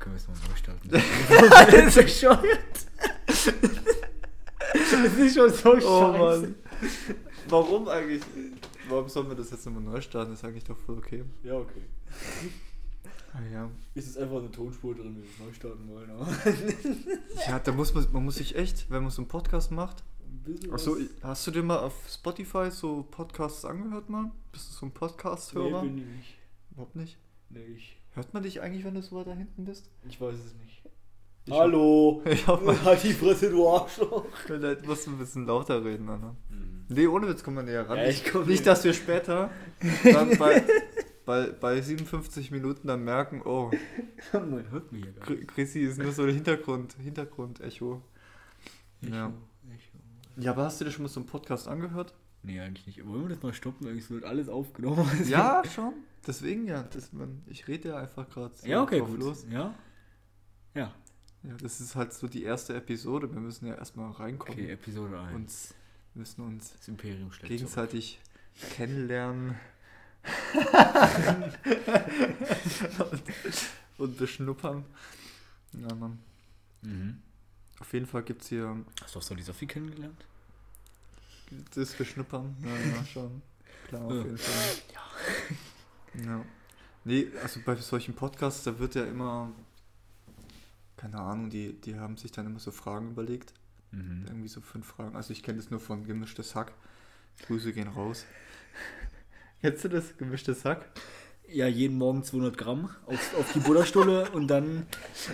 können wir es mal neu starten. Das ist bescheuert. Das ist schon so scheiße. Mann. Warum eigentlich? Warum sollen wir das jetzt nochmal neu starten? Das ist eigentlich doch voll okay. Ja, okay. Ah, ja. Ist jetzt einfach eine Tonspur drin, wenn wir es neu starten wollen. Aber Ja, da muss man muss sich echt, wenn man so einen Podcast macht. Achso, hast du dir mal auf Spotify so Podcasts angehört mal? Bist du so ein Podcast-Hörer? Nee, bin ich nicht. Überhaupt nicht? Nee, ich Hört man dich eigentlich, wenn du so weiter hinten bist? weiß es nicht. Ich Hallo! Ich hab mal, Halt die Fresse, du Arschloch! vielleicht musst du ein bisschen lauter reden, Alter. Nee, ohne Witz, komm mal näher ran. Ja, ich komm nicht, näher. dass wir später dann bei 57 Minuten dann merken, oh, Man hört mich ja gar nicht. Chrissy ist nur so ein Hintergrund-Echo. Ja. Echo. Ja, aber hast du dir schon mal so einen Podcast angehört? Nee, eigentlich nicht. Wollen wir das mal stoppen? Eigentlich wird alles aufgenommen. Ja, schon. Deswegen ja. Ich rede ja einfach gerade so Ja, okay, drauf gut. los. Ja? Ja. Ja, das ist halt so die erste Episode. Wir müssen ja erstmal reinkommen. Okay, Episode 1. Und müssen uns Das Imperium schlägt gegenseitig kennenlernen und beschnuppern. Ja, Mann. zurück. Mhm. Auf jeden Fall gibt es hier Hast du auch so die Sophie kennengelernt? das Beschnuppern. Ja, schon. Klar, auf jeden Fall. Ja. Nee, also bei solchen Podcasts, da wird ja immer, keine Ahnung, die haben sich dann immer so Fragen überlegt. Mhm. Irgendwie so 5 Fragen. Also ich kenne das nur von Gemischtes Hack. Grüße gehen raus. Kennst du das, Gemischtes Hack? Ja, jeden Morgen 200 Gramm auf die Butterstulle und dann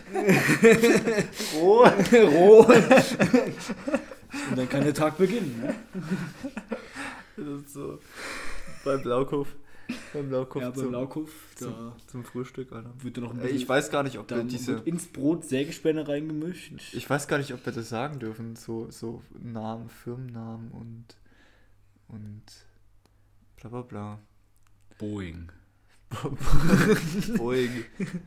Oh! roh. Und dann kann der Tag beginnen. Ne? Das ist so beim Blaukopf. Beim Blaukopf, Ja, beim Laukopf, da zum Frühstück, Alter. wird dann noch ein Ey, bisschen... ich weiß gar nicht, ob wir dann diese... wird ins Brot Sägespäne reingemischt. Ich weiß gar nicht, ob wir das sagen dürfen. So Namen, Firmennamen und bla bla bla. Boeing. Boeing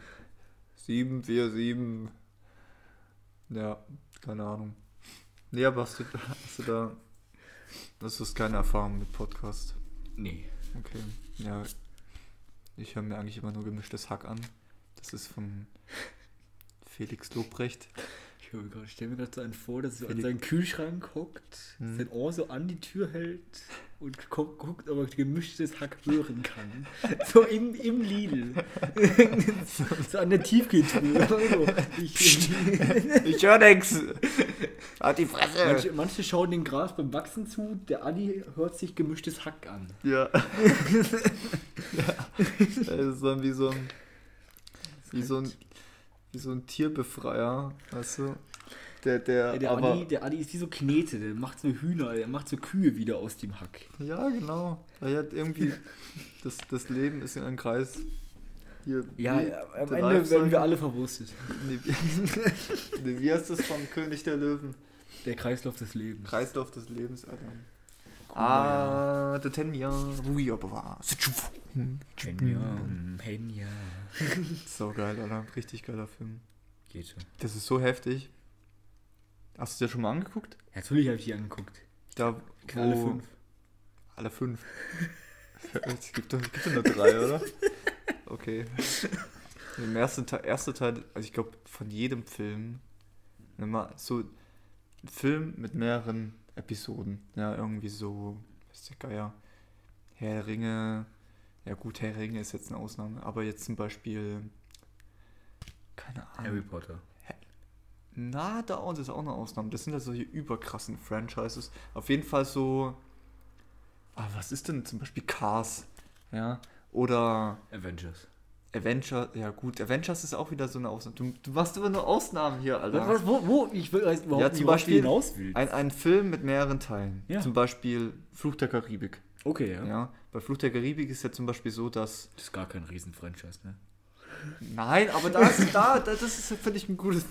747. Ja, keine Ahnung. Nee, aber hast du da... Das ist keine Erfahrung mit Podcast. Nee. Okay. Ja, ich höre mir eigentlich immer nur Gemischtes Hack an. Das ist von Felix Lobrecht. Ich stelle mir gerade so einen vor, dass er so an seinen Kühlschrank guckt, sein Ohr so an die Tür hält und guckt, ob er gemischtes Hack hören kann. So im Lidl. So an der Tiefkühltruhe. So. Ich höre nix! Halt die Fresse! Manche schauen dem Gras beim Wachsen zu, der Adi hört sich gemischtes Hack an. Ja. Das ist dann wie so ein Tierbefreier, weißt du? Der Adi ist wie so Knete, der macht so Hühner, der macht so Kühe wieder aus dem Hack. Ja, genau. Er hat irgendwie das Leben ist in einem Kreis. Hier, Ja, wie am der Ende Live werden wir sagt. alle verwurstet. Nee, wie heißt das von König der Löwen? Der Kreislauf des Lebens. Kreislauf des Lebens, Alter. Der Tenja, Ruiabawa. Henja. So geil, Alter. Richtig geiler Film. Geht schon. Das ist so heftig. Hast du dir schon mal angeguckt? Ja, natürlich habe ich die angeguckt. Da, Alle 5. Alle 5. Es gibt doch nur 3, oder? Okay. Im ersten Teil, also ich glaube, von jedem Film, wenn man so ein Film mit mehreren Episoden, ja, irgendwie so, was ist der Geier, Herr der Ringe, ja gut, Herr der Ringe ist jetzt eine Ausnahme, aber jetzt zum Beispiel, keine Ahnung. Harry Potter. Na, das ist auch eine Ausnahme. Das sind ja solche überkrassen Franchises. Auf jeden Fall so. Was ist denn zum Beispiel Cars? Ja. Oder Avengers. Ja gut, Avengers ist auch wieder so eine Ausnahme. Du machst immer nur Ausnahmen hier, Alter. Was, wo? Ich weiß überhaupt Ja, nicht, zum worauf du Beispiel hinaus willst. ein Film mit mehreren Teilen. Ja. Zum Beispiel Fluch der Karibik. Okay, ja. Ja. Bei Fluch der Karibik ist ja zum Beispiel so, dass. Das ist gar kein Riesen-Franchise, ne? Nein, aber das ist, finde ich, ein gutes.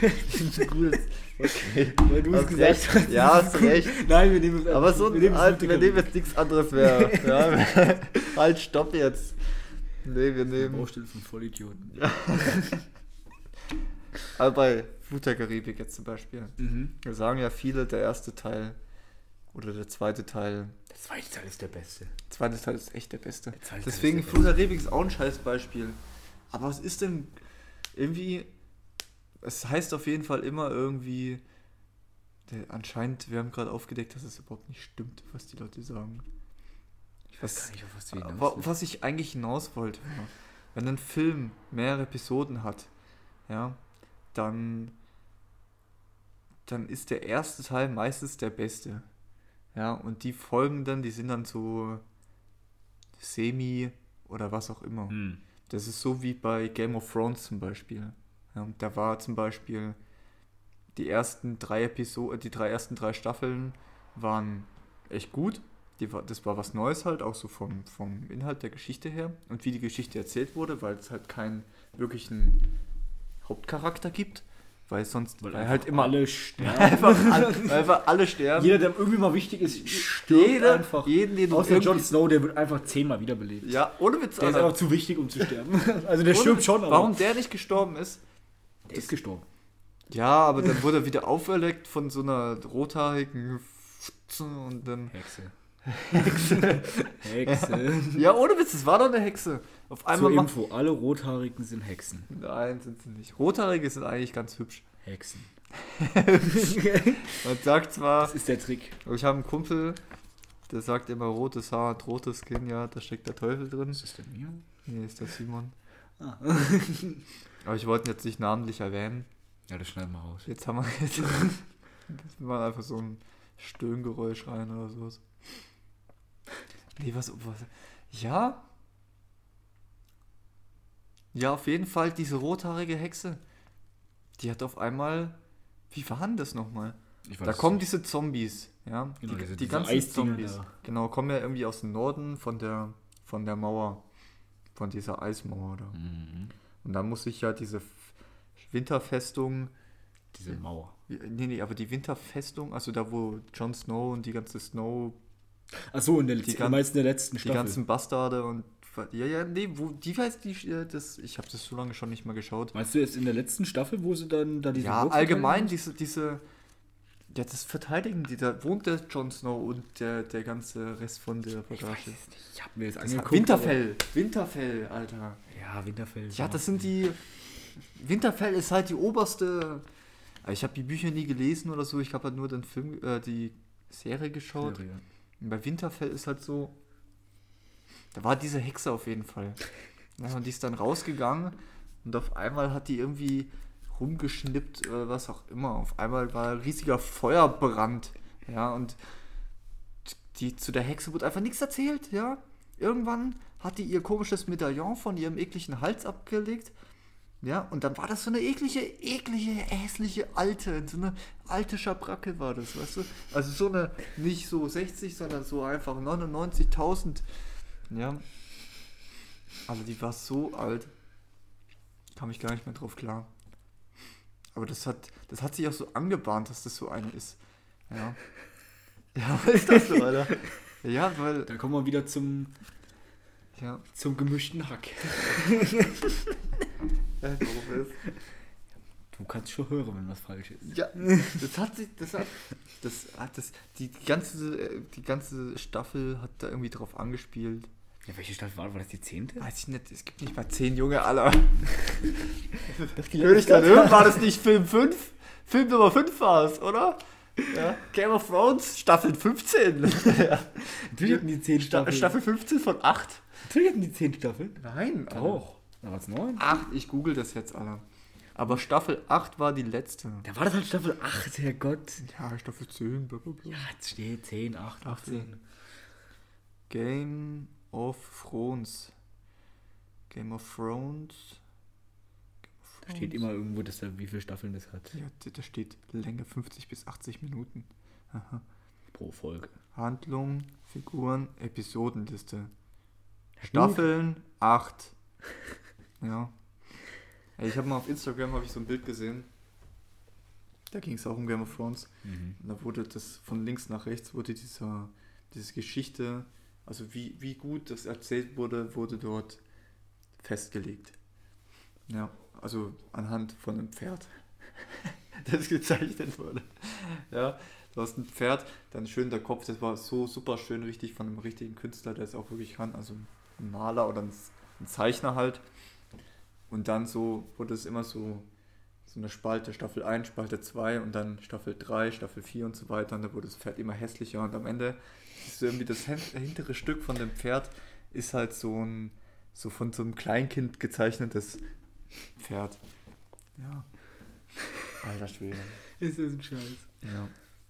Okay. Weil du es Hast gesagt recht. hast. Ja, hast recht. Nein, wir nehmen es Aber so wir nehmen es wir nehmen jetzt nichts anderes mehr. Ja. Halt, stopp jetzt. Nee, wir nehmen. Baustelle von Vollidioten. Aber bei Fluch der Karibik jetzt zum Beispiel. Mhm. Da sagen ja viele, der erste Teil oder der zweite Teil. Der zweite Teil ist der beste. Der zweite Teil ist echt der beste. Der zweite Teil Deswegen ist der Fluch der Karibik ist auch ein scheiß Beispiel. Aber was ist denn irgendwie. es heißt auf jeden Fall immer irgendwie, anscheinend, wir haben gerade aufgedeckt, dass es überhaupt nicht stimmt, was die Leute sagen. Ich weiß gar nicht, auf was du hinaus willst. Was ich eigentlich hinaus wollte, war, wenn ein Film mehrere Episoden hat, ja, dann ist der erste Teil meistens der beste. Ja, und die Folgenden, die sind dann so semi oder was auch immer. Das ist so wie bei Game of Thrones zum Beispiel. Ja, da war zum Beispiel die ersten 3 Episoden, die ersten 3 Staffeln waren echt gut. Das war was Neues halt, auch so vom Inhalt der Geschichte her und wie die Geschichte erzählt wurde, weil es halt keinen wirklichen Hauptcharakter gibt, weil sonst Weil halt immer alle sterben. einfach alle sterben. Jeder, der irgendwie mal wichtig ist, stirbt einfach. Den du Außer Jon Snow, der wird einfach 10-mal wiederbelebt. Ja, ohne Witz. Der ist einfach zu wichtig, um zu sterben. Also der stirbt schon, aber... Warum der nicht gestorben ist? Der ist gestorben. Ja, aber dann wurde er wieder auferleckt von so einer rothaarigen und dann... Hexe. Ja, ohne Witz, es war doch eine Hexe. Auf einmal Zur Info, alle Rothaarigen sind Hexen. Nein, sind sie nicht. Rothaarige sind eigentlich ganz hübsch. Hexen. Man sagt zwar... Das ist der Trick. Ich habe einen Kumpel, der sagt immer rotes Haar und rotes Skin, ja, da steckt der Teufel drin. Ist das der Mio? Nee, ist der Simon. Ah. Aber ich wollte ihn jetzt nicht namentlich erwähnen. Ja, das schneiden wir raus. Jetzt haben wir jetzt... Wir machen einfach so ein Stöhngeräusch rein oder sowas. Nee, was... Ja? Ja, auf jeden Fall diese rothaarige Hexe. Die hat auf einmal... Wie war denn das nochmal? Da kommen diese Zombies, ja? Genau, die ganzen Eisdinger Zombies. da. Genau, kommen ja irgendwie aus dem Norden von der Mauer. Von dieser Eismauer da. Mhm. Und dann muss ich ja diese Winterfestung... Diese Mauer. Nee, aber die Winterfestung, also da, wo Jon Snow und die ganze Snow... Achso, in der meisten der letzten Die Staffel. ganzen Bastarde und... Ja, nee, die heißt die... ich habe das so lange schon nicht mehr geschaut. Meinst du jetzt in der letzten Staffel, wo sie dann da diese... Ja, Burg allgemein verteidigen? diese... Ja, das Verteidigen, da wohnt der Jon Snow und der ganze Rest von der Bagage. Ich hab mir das Das angeguckt. Winterfell, Alter. Aber, ja, Winterfell. Ja, das sind die... Winterfell ist halt die oberste... Ich habe die Bücher nie gelesen oder so, ich habe halt nur den Film, die Serie geschaut. Serie. Und bei Winterfell ist halt so... Da war diese Hexe auf jeden Fall. Ja, und die ist dann rausgegangen und auf einmal hat die irgendwie rumgeschnippt oder was auch immer. Auf einmal war ein riesiger Feuerbrand. Ja, und zu der Hexe wurde einfach nichts erzählt, ja. Irgendwann hat die ihr komisches Medaillon von ihrem ekligen Hals abgelegt. Ja, und dann war das so eine eklige, hässliche alte, so eine alte Schabracke war das, weißt du? Also so eine, nicht so 60, sondern so einfach 99.000. Ja. Aber die war so alt. Kam ich gar nicht mehr drauf klar. Aber das hat sich auch so angebahnt, dass das so eine ist. Ja. Ja, was ist das so, Alter? Ja, weil... Da kommen wir wieder zum gemischten Hack. Warum ist? Du kannst schon hören, wenn was falsch ist. Ja, die ganze Staffel hat da irgendwie drauf angespielt. Ja, welche Staffel war das? Die 10.? Weiß ich nicht, es gibt nicht mal 10 Junge, Alter. Die König der Löwen, war das nicht Film 5? Film Nummer 5 war es, oder? Ja. Game of Thrones, Staffel 15. Ja. Natürlich hatten die 10 Staffeln. Staffel 15 von 8. Natürlich hatten die 10 Staffeln. Nein, Auch. Da war es 9. 8, ich google das jetzt, Alter. Aber Staffel 8 war die letzte. Da war das halt Staffel 8, Herrgott. Ja, Staffel 10, blablabla. Ja, jetzt steht 10, 8, 18. Game of Thrones. Game of Thrones. Da steht immer irgendwo, dass da wie viele Staffeln das hat. Ja, da steht Länge 50 bis 80 Minuten. Aha. Pro Folge. Handlung, Figuren, Episodenliste. Staffeln 8. Ja. Ey, ich habe mal auf Instagram so ein Bild gesehen. Da ging es auch um Game of Thrones. Mhm. Und da wurde das von links nach rechts wurde diese Geschichte, also wie gut das erzählt wurde dort festgelegt. Ja, also anhand von einem Pferd, das gezeichnet wurde. Ja, du hast ein Pferd, dann schön der Kopf, das war so super schön, richtig von einem richtigen Künstler, der es auch wirklich kann, also ein Maler oder ein Zeichner halt. Und dann so wurde es immer so so eine Spalte, Staffel 1, Spalte 2 und dann Staffel 3, Staffel 4 und so weiter. Und da wurde das Pferd immer hässlicher und am Ende ist irgendwie das hintere Stück von dem Pferd ist halt so von so einem Kleinkind gezeichnetes Pferd. Ja. Alter Schwede. Ist das ein Scheiß. Ja.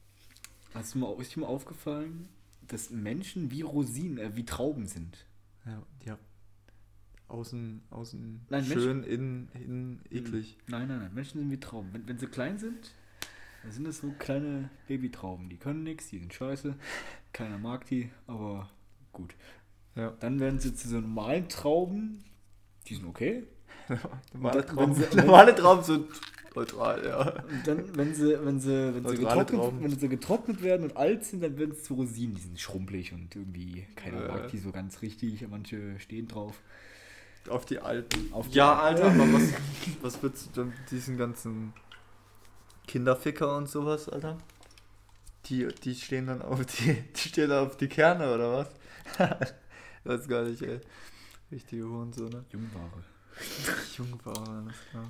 Ist dir mal aufgefallen, dass Menschen wie Rosinen, wie Trauben sind? Ja, ja. Außen Nein, schön, innen eklig. Nein. Menschen sind wie Trauben. Wenn sie klein sind, dann sind das so kleine Babytrauben. Die können nichts, die sind scheiße. Keiner mag die, aber gut. Ja. Dann werden sie zu so normalen Trauben. Die sind okay. Normale Wenn Trauben sind neutral, ja. Und dann, wenn sie getrocknet werden und alt sind, dann werden es zu Rosinen. Die sind schrumpelig und irgendwie keiner mag die so ganz richtig. Manche stehen drauf. Auf die Alten. Ja, Alter, aber was würdest du denn mit diesen ganzen Kinderficker und sowas, Alter? Die stehen dann auf die Kerne, oder was? Weiß gar nicht, ey. Richtige Hurensohne. Jungware, alles klar.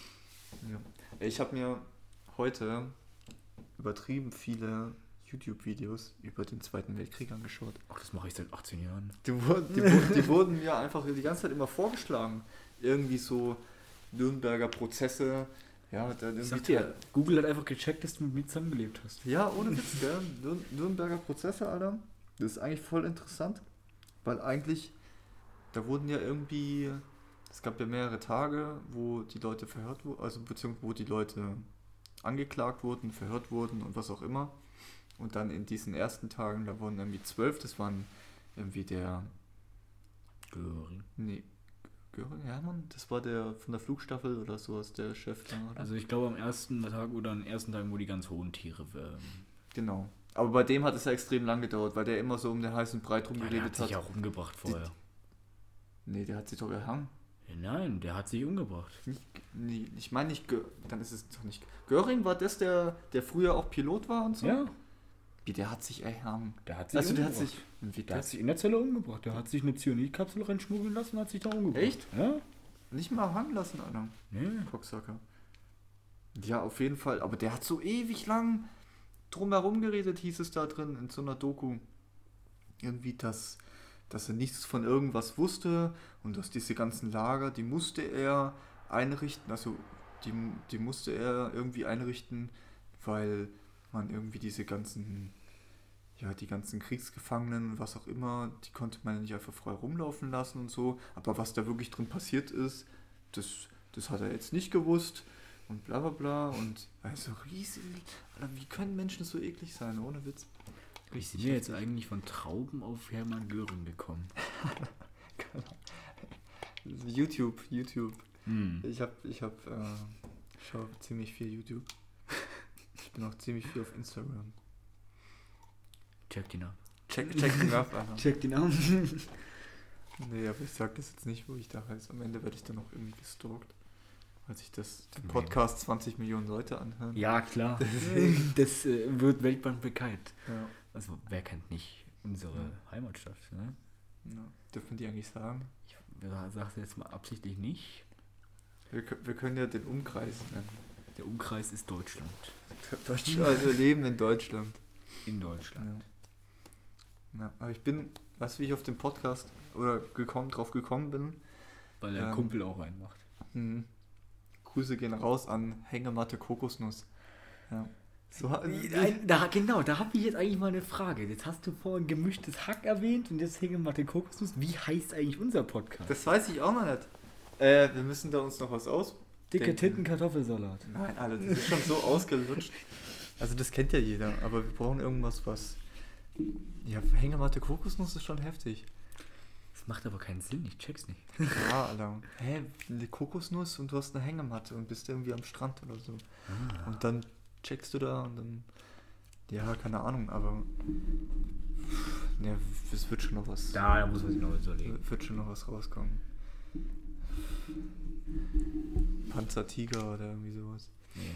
Ja. Ich habe mir heute übertrieben viele YouTube-Videos über den Zweiten Weltkrieg angeschaut. Ach, das mache ich seit 18 Jahren. Die wurden mir einfach die ganze Zeit immer vorgeschlagen. Irgendwie so Nürnberger Prozesse. Ja, dann ich sag dir, Google hat einfach gecheckt, dass du mit mir zusammengelebt hast. Ja, ohne Witz, gell? Nürnberger Prozesse, Alter. Das ist eigentlich voll interessant. Weil eigentlich, da wurden ja irgendwie, es gab ja mehrere Tage, wo die Leute verhört wurden, also beziehungsweise wo die Leute angeklagt wurden, verhört wurden und was auch immer. Und dann in diesen ersten Tagen, da wurden irgendwie 12, das waren irgendwie der Göring. Nee, Göring, ja Mann, das war der von der Flugstaffel oder sowas, der Chef da, oder? Also ich glaube am ersten Tag oder an den ersten Tagen, wo die ganz hohen Tiere Genau. Aber bei dem hat es ja extrem lang gedauert, weil der immer so um den heißen Breit rumgeredet hat. Der hat sich auch umgebracht vorher. Nee, der hat sich doch gehangen. Nein, der hat sich umgebracht. Nee, ich meine nicht, dann ist es doch nicht. Göring war das, der früher auch Pilot war und so? Ja. Wie, der hat sich erhangen? Der hat sich der hat sich in der Zelle umgebracht. Der hat sich eine Cyanidkapsel reinschmuggeln lassen und hat sich da umgebracht. Echt? Ja. Nicht mal hangen lassen, Alter. Nee. Cocksucker. Ja, auf jeden Fall. Aber der hat so ewig lang drumherum geredet, hieß es da drin, in so einer Doku. Irgendwie, dass er nichts von irgendwas wusste und dass diese ganzen Lager, die musste er einrichten, also die musste er irgendwie einrichten, weil man irgendwie die ganzen Kriegsgefangenen, was auch immer, die konnte man nicht einfach frei rumlaufen lassen und so, aber was da wirklich drin passiert ist, das hat er jetzt nicht gewusst und bla bla bla und also riesig, wie können Menschen so eklig sein, ohne Witz. Wie sind wir jetzt eigentlich von Trauben auf Hermann Göring gekommen? YouTube. Ich schaue ziemlich viel YouTube. Ich bin auch ziemlich viel auf Instagram. Check den ab. Check den ab, Alter. Check den ab. Nee, aber ich sag das jetzt nicht, wo ich da heiße. Am Ende werde ich dann noch irgendwie gestalkt. Weil sich den Podcast 20 Millionen Leute anhören. Ja, klar. Das wird weltweit bekannt. Ja. Also, wer kennt nicht unsere Heimatstadt, ne? Ja. Dürfen die eigentlich sagen? Ich sage es jetzt mal absichtlich nicht. Wir können ja den Umkreis nennen. Der Umkreis ist Deutschland. Also wir leben in Deutschland. In Deutschland. Ja, aber weißt du, wie ich auf den Podcast drauf gekommen bin? Weil der Kumpel auch einen macht. Grüße gehen raus an Hängematte Kokosnuss. Ja. Da habe ich jetzt eigentlich mal eine Frage. Jetzt hast du vorhin gemischtes Hack erwähnt und jetzt Hängematte Kokosnuss. Wie heißt eigentlich unser Podcast? Das weiß ich auch noch nicht. Wir müssen da uns noch was aus. Dicke Titten Kartoffelsalat. Nein, Alter, das ist schon so ausgelutscht. Also das kennt ja jeder, aber wir brauchen irgendwas, was... Ja, Hängematte Kokosnuss ist schon heftig. Das macht aber keinen Sinn, ich check's nicht. Ja, Alter. Eine Kokosnuss und du hast eine Hängematte und bist irgendwie am Strand oder so. Ah. Und dann checkst du da und dann... Ja, keine Ahnung, aber... Ja, es wird schon noch was... Da muss man sich noch überlegen. Wird schon noch was rauskommen. Panzertiger oder irgendwie sowas. Nee.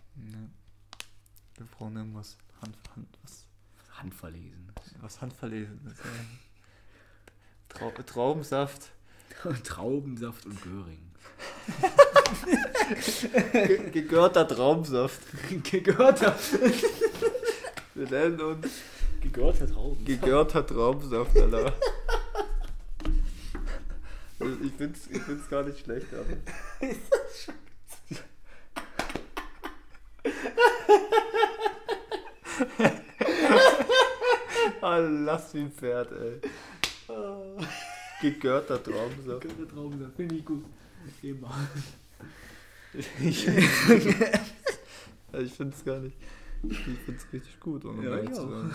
Wir brauchen irgendwas Handverlesen. Was Handverlesenes. Traubensaft. Traubensaft und Göring. Gegörter Traumsaft. Gegörter. Wir nennen uns Gegörter Trauben. gegörter Traumsaft, Alter. Ich find's gar nicht schlecht, aber. Lass wie ein Pferd, ey. Gegörter Traumsaft. Gegörter Traubensaft, finde ich gut. Immer. Ich find's gar nicht. Ich find's richtig gut, um ehrlich zu sein.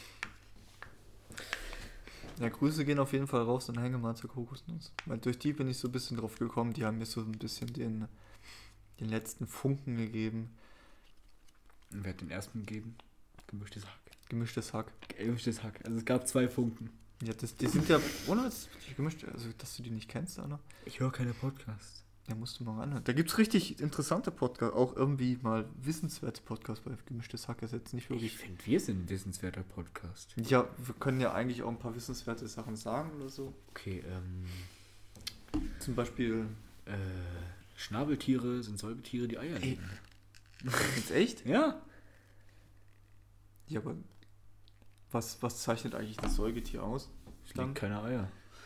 Ja, Grüße gehen auf jeden Fall raus an Hängemahl zur Kokosnuss. Weil durch die bin ich so ein bisschen drauf gekommen, die haben mir so ein bisschen den letzten Funken gegeben. Und wer hat den ersten gegeben? Gemischtes Hack. Gemischtes Hack. Gemischtes Hack. Also es gab 2 Funken. Ja, die sind ja, ohne die gemischt, also dass du die nicht kennst, Anna. Ich höre keine Podcasts. Ja, musst du mal anhören. Da gibt's richtig interessante Podcasts, auch irgendwie mal wissenswerte Podcasts bei Gemischtes Hack. Ist jetzt nicht wirklich. Ich finde, wir sind ein wissenswerter Podcast. Ja, wir können ja eigentlich auch ein paar wissenswerte Sachen sagen oder so. Okay, Zum Beispiel. Schnabeltiere sind Säugetiere, die Eier legen. Jetzt echt? Ja. Ja, aber was zeichnet eigentlich das Säugetier aus? Es legt keine Eier.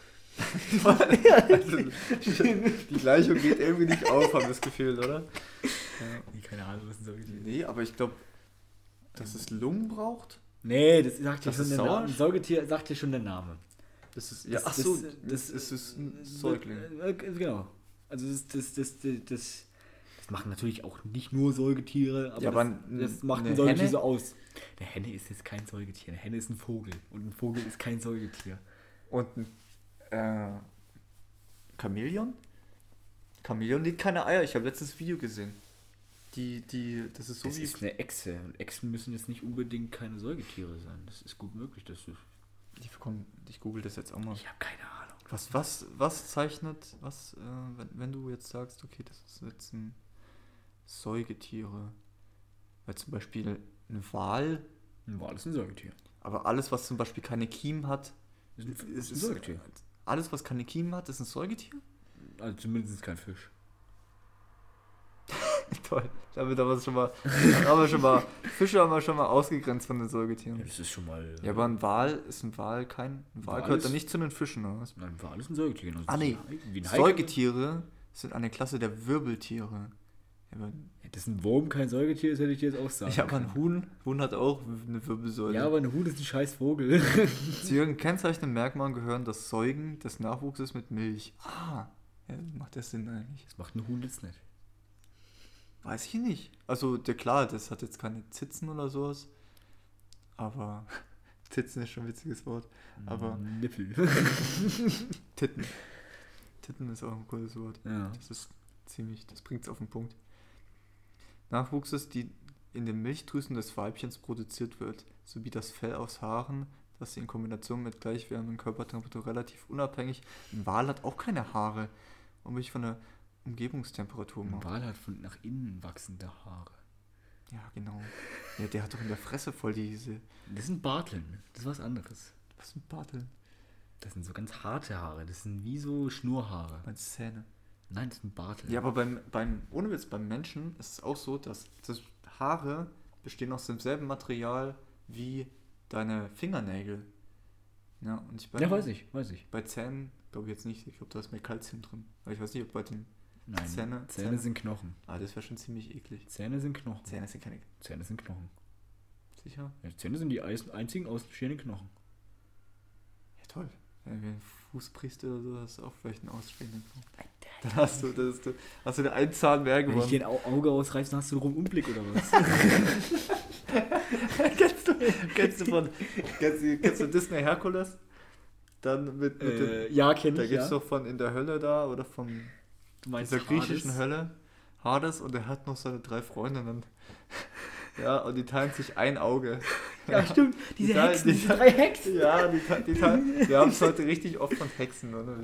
Also, die Gleichung geht irgendwie nicht auf, habe ich das Gefühl, oder? Ja. Keine Ahnung, was ein Säugetier ist. Nee, aber ich glaube, dass es Lungen braucht. Nee, das sagt ja Das schon ist der Sauerstoff? Name. Ein Säugetier sagt ja schon der Name. Das ist, ja, Das ist ein Säugling. Genau. Also das machen natürlich auch nicht nur Säugetiere, aber, Ja, aber das macht eine ein Säugetier Henne? so aus. Eine Henne ist jetzt kein Säugetier, eine Henne ist ein Vogel und ein Vogel ist kein Säugetier. Und ein Chamäleon? Chamäleon legt keine Eier. Ich habe letztes Video gesehen. Das ist so Das wie... ist eine Echse und Echsen müssen jetzt nicht unbedingt keine Säugetiere sein. Das ist gut möglich, dass du... Ich google das jetzt auch mal. Ich habe keine Ahnung. Was zeichnet, wenn du jetzt sagst, okay, das ist jetzt ein Säugetiere, weil zum Beispiel ein Wal, Ein Wal ist ein Säugetier. aber alles, was zum Beispiel keine Kiemen hat, Ist ein Säugetier. Alles, was keine Kiemen hat, ist ein Säugetier? Also zumindest kein Fisch. Toll, damit haben wir schon mal, Fische haben wir schon mal ausgegrenzt von den Säugetieren. Ja, das ist schon mal... Ja, aber ein Wal gehört dann nicht zu den Fischen, oder was? Ein Wal ist ein Säugetier. Genauso Nee, wie ein Hai. Säugetiere sind eine Klasse der Wirbeltiere. Ja, Dass ein Wurm kein Säugetier ist, hätte ich dir jetzt auch sagen aber können. ein Huhn hat auch eine Wirbelsäule. Ja, aber ein Huhn ist ein scheiß Vogel. Zu ihren kennzeichnenden Merkmalen gehören das Säugen des Nachwuchses mit Milch. Ja, macht das Sinn eigentlich? Das macht ein Huhn jetzt nicht. Weiß ich nicht. Also, klar, das hat jetzt keine Zitzen oder sowas. Aber Zitzen ist schon ein witziges Wort. Aber Nippel. Titten. Titten ist auch ein cooles Wort. Ja. Das bringt es auf den Punkt. Nachwuchses, die in den Milchdrüsen des Weibchens produziert wird, sowie das Fell aus Haaren, das sie in Kombination mit gleichwärmenden Körpertemperatur relativ unabhängig. Ein Wal hat auch keine Haare, unabhängig von der Umgebungstemperatur Ein macht. Wal hat von nach innen wachsende Haare. Ja, genau. Ja, der hat doch in der Fresse voll diese... Das sind Barteln. Das ist was anderes. Was sind Barteln? Das sind so ganz harte Haare. Das sind wie so Schnurhaare. Meinst du Zähne? Nein, das sind Barteln. Ja, aber ohne Witz, beim Menschen ist es auch so, dass Haare bestehen aus demselben Material wie deine Fingernägel. Ja, und weiß ich. Bei Zähnen glaube ich jetzt nicht. Ich glaube, da ist mehr Kalzium drin. Aber ich weiß nicht, ob bei den Nein, Zähne sind Knochen. das wäre schon ziemlich eklig. Zähne sind Knochen. Zähne sind keine... Zähne sind Knochen. Sicher? Ja, Zähne sind die einzigen ausstehenden Knochen. Ja, toll. Wenn du ein Fußpriester oder so hast, du auch vielleicht einen ausstehenden Knochen. Dann hast du den einen Zahn mehr Wenn ich gewonnen. dir ein Auge ausreiße, dann hast du einen Umblick oder was? Kennst du Disney Herkules? Dann mit dem... Ja, kenn Da ich, gibt es ja. doch von In der Hölle da oder von Du meinst dieser griechischen Hades? Hölle Hades und er hat noch seine 3 Freundinnen. Ja, und die teilen sich ein Auge. Ja, stimmt. Diese Die Hexen, die- diese 3 Hexen. Ja, wir haben es heute richtig oft von Hexen, oder?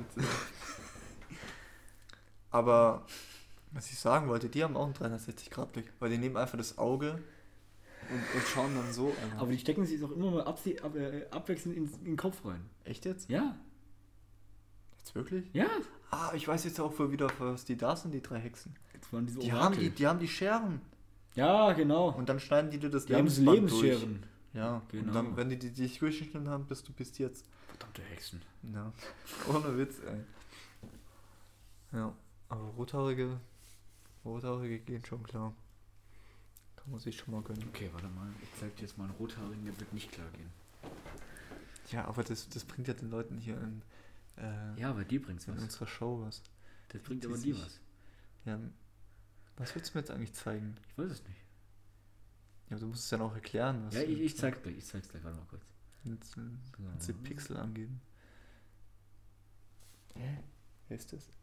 Aber was ich sagen wollte, die haben auch einen 360-Grad-Blick, weil die nehmen einfach das Auge und schauen dann so. Einfach. Aber die stecken sich auch immer mal abwechselnd in den Kopf rein. Echt jetzt? Ja. Jetzt wirklich? Ja. Ah, ich weiß jetzt auch wieder, was die da sind, die 3 Hexen. Das waren diese Die Orakel. haben die Scheren. Ja, genau. Und dann schneiden die dir das Die haben diese Lebensband Lebensscheren. durch. Ja, Genau. und dann, wenn die dich durchgeschnitten haben, bist jetzt. Verdammte Hexen. Ja, ohne Witz, ey. Ja, aber Rothaarige gehen schon klar. Kann man sich schon mal gönnen. Okay, warte mal. Ich zeig dir jetzt mal einen Rothaarigen, der wird nicht klar gehen. Ja, aber das bringt ja den Leuten hier Ja, aber dir bringt's in was. unserer Show was. Das bringt Die aber dir sich- was. Ja, was willst du mir jetzt eigentlich zeigen? Ich weiß es nicht. Ja, du musst es ja noch erklären. Was Ja, du- ich zeig's gleich. Warte mal kurz. Jetzt, So. kannst du Pixel angeben. Hä? Wer ist das?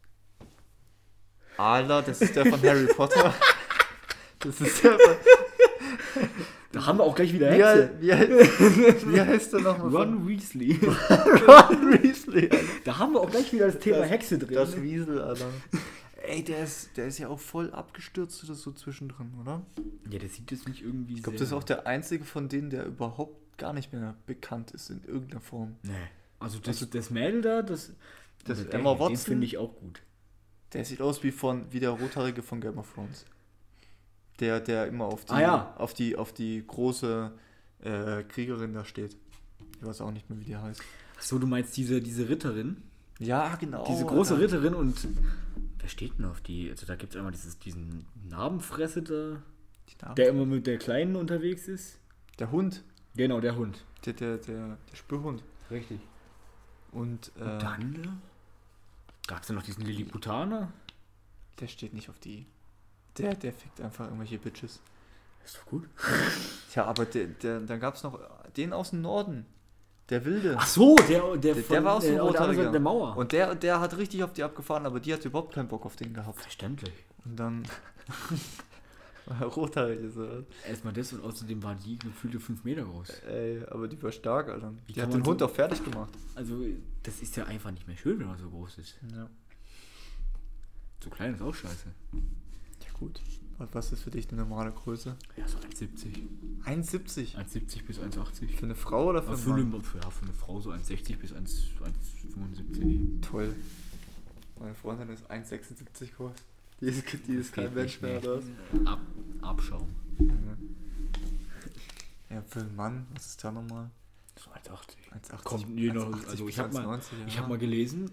Alter, das ist der von Harry Potter. Das ist der von... Da haben wir auch gleich wieder Wie, Hexe. wie heißt der nochmal? Ron Weasley. Ron Weasley, Alter. Da haben wir auch gleich wieder das Thema Hexe drin. Das Weasel, Alter. Ey, der ist ja auch voll abgestürzt oder so zwischendrin, oder? Ja, der sieht jetzt nicht irgendwie Ich glaube, das ist auch der einzige von denen, der überhaupt gar nicht mehr bekannt ist in irgendeiner Form. Nee. Also das Mädel da, das Emma Watson? Den finde ich auch gut. Der sieht aus wie der Rothaarige von Game of Thrones. Der immer auf die große Kriegerin da steht. Ich weiß auch nicht mehr, wie die heißt. Achso, du meinst diese Ritterin? Ja, genau. Diese große Alter. Ritterin und wer steht denn auf die? Also da gibt es einmal diesen Narbenfresse da, der immer mit der Kleinen unterwegs ist. Der Hund. Genau, der Hund. Der Spürhund. Richtig. Und Dann gab es ja noch diesen Lilliputaner. der steht nicht auf die. Der fickt einfach irgendwelche Bitches. Ist doch gut. Tja, aber dann gab es noch den aus dem Norden. Der Wilde. Ach so, der war auch so ein auf der anderen Seite Rothaariger. der Mauer. Und der hat richtig auf die abgefahren, aber die hat überhaupt keinen Bock auf den gehabt. Verständlich. Und dann rothaarig ist er. Erstmal das und außerdem war die gefühlte 5 Meter groß. Ey, aber die war stark, Alter. Wie Die kann hat man den so- Hund auch fertig gemacht. Also, das ist ja einfach nicht mehr schön, wenn man so groß ist. Ja. So klein ist auch scheiße. Ja gut. Und was ist für dich eine normale Größe? Ja, so 1,70. 1,70. 1,70 bis 1,80. Für eine Frau oder für Aber einen für Mann? eine Frau so 1,60 bis 1,75. Toll. Meine Freundin ist 1,76 groß. Die ist kein Mensch mehr, oder was? Abschaum. Ja, für einen Mann, was ist da nochmal? So 1,80. 1,80. Kommt je noch. 1,80 Also bis ich habe mal, 1,90, ja. ich hab mal gelesen,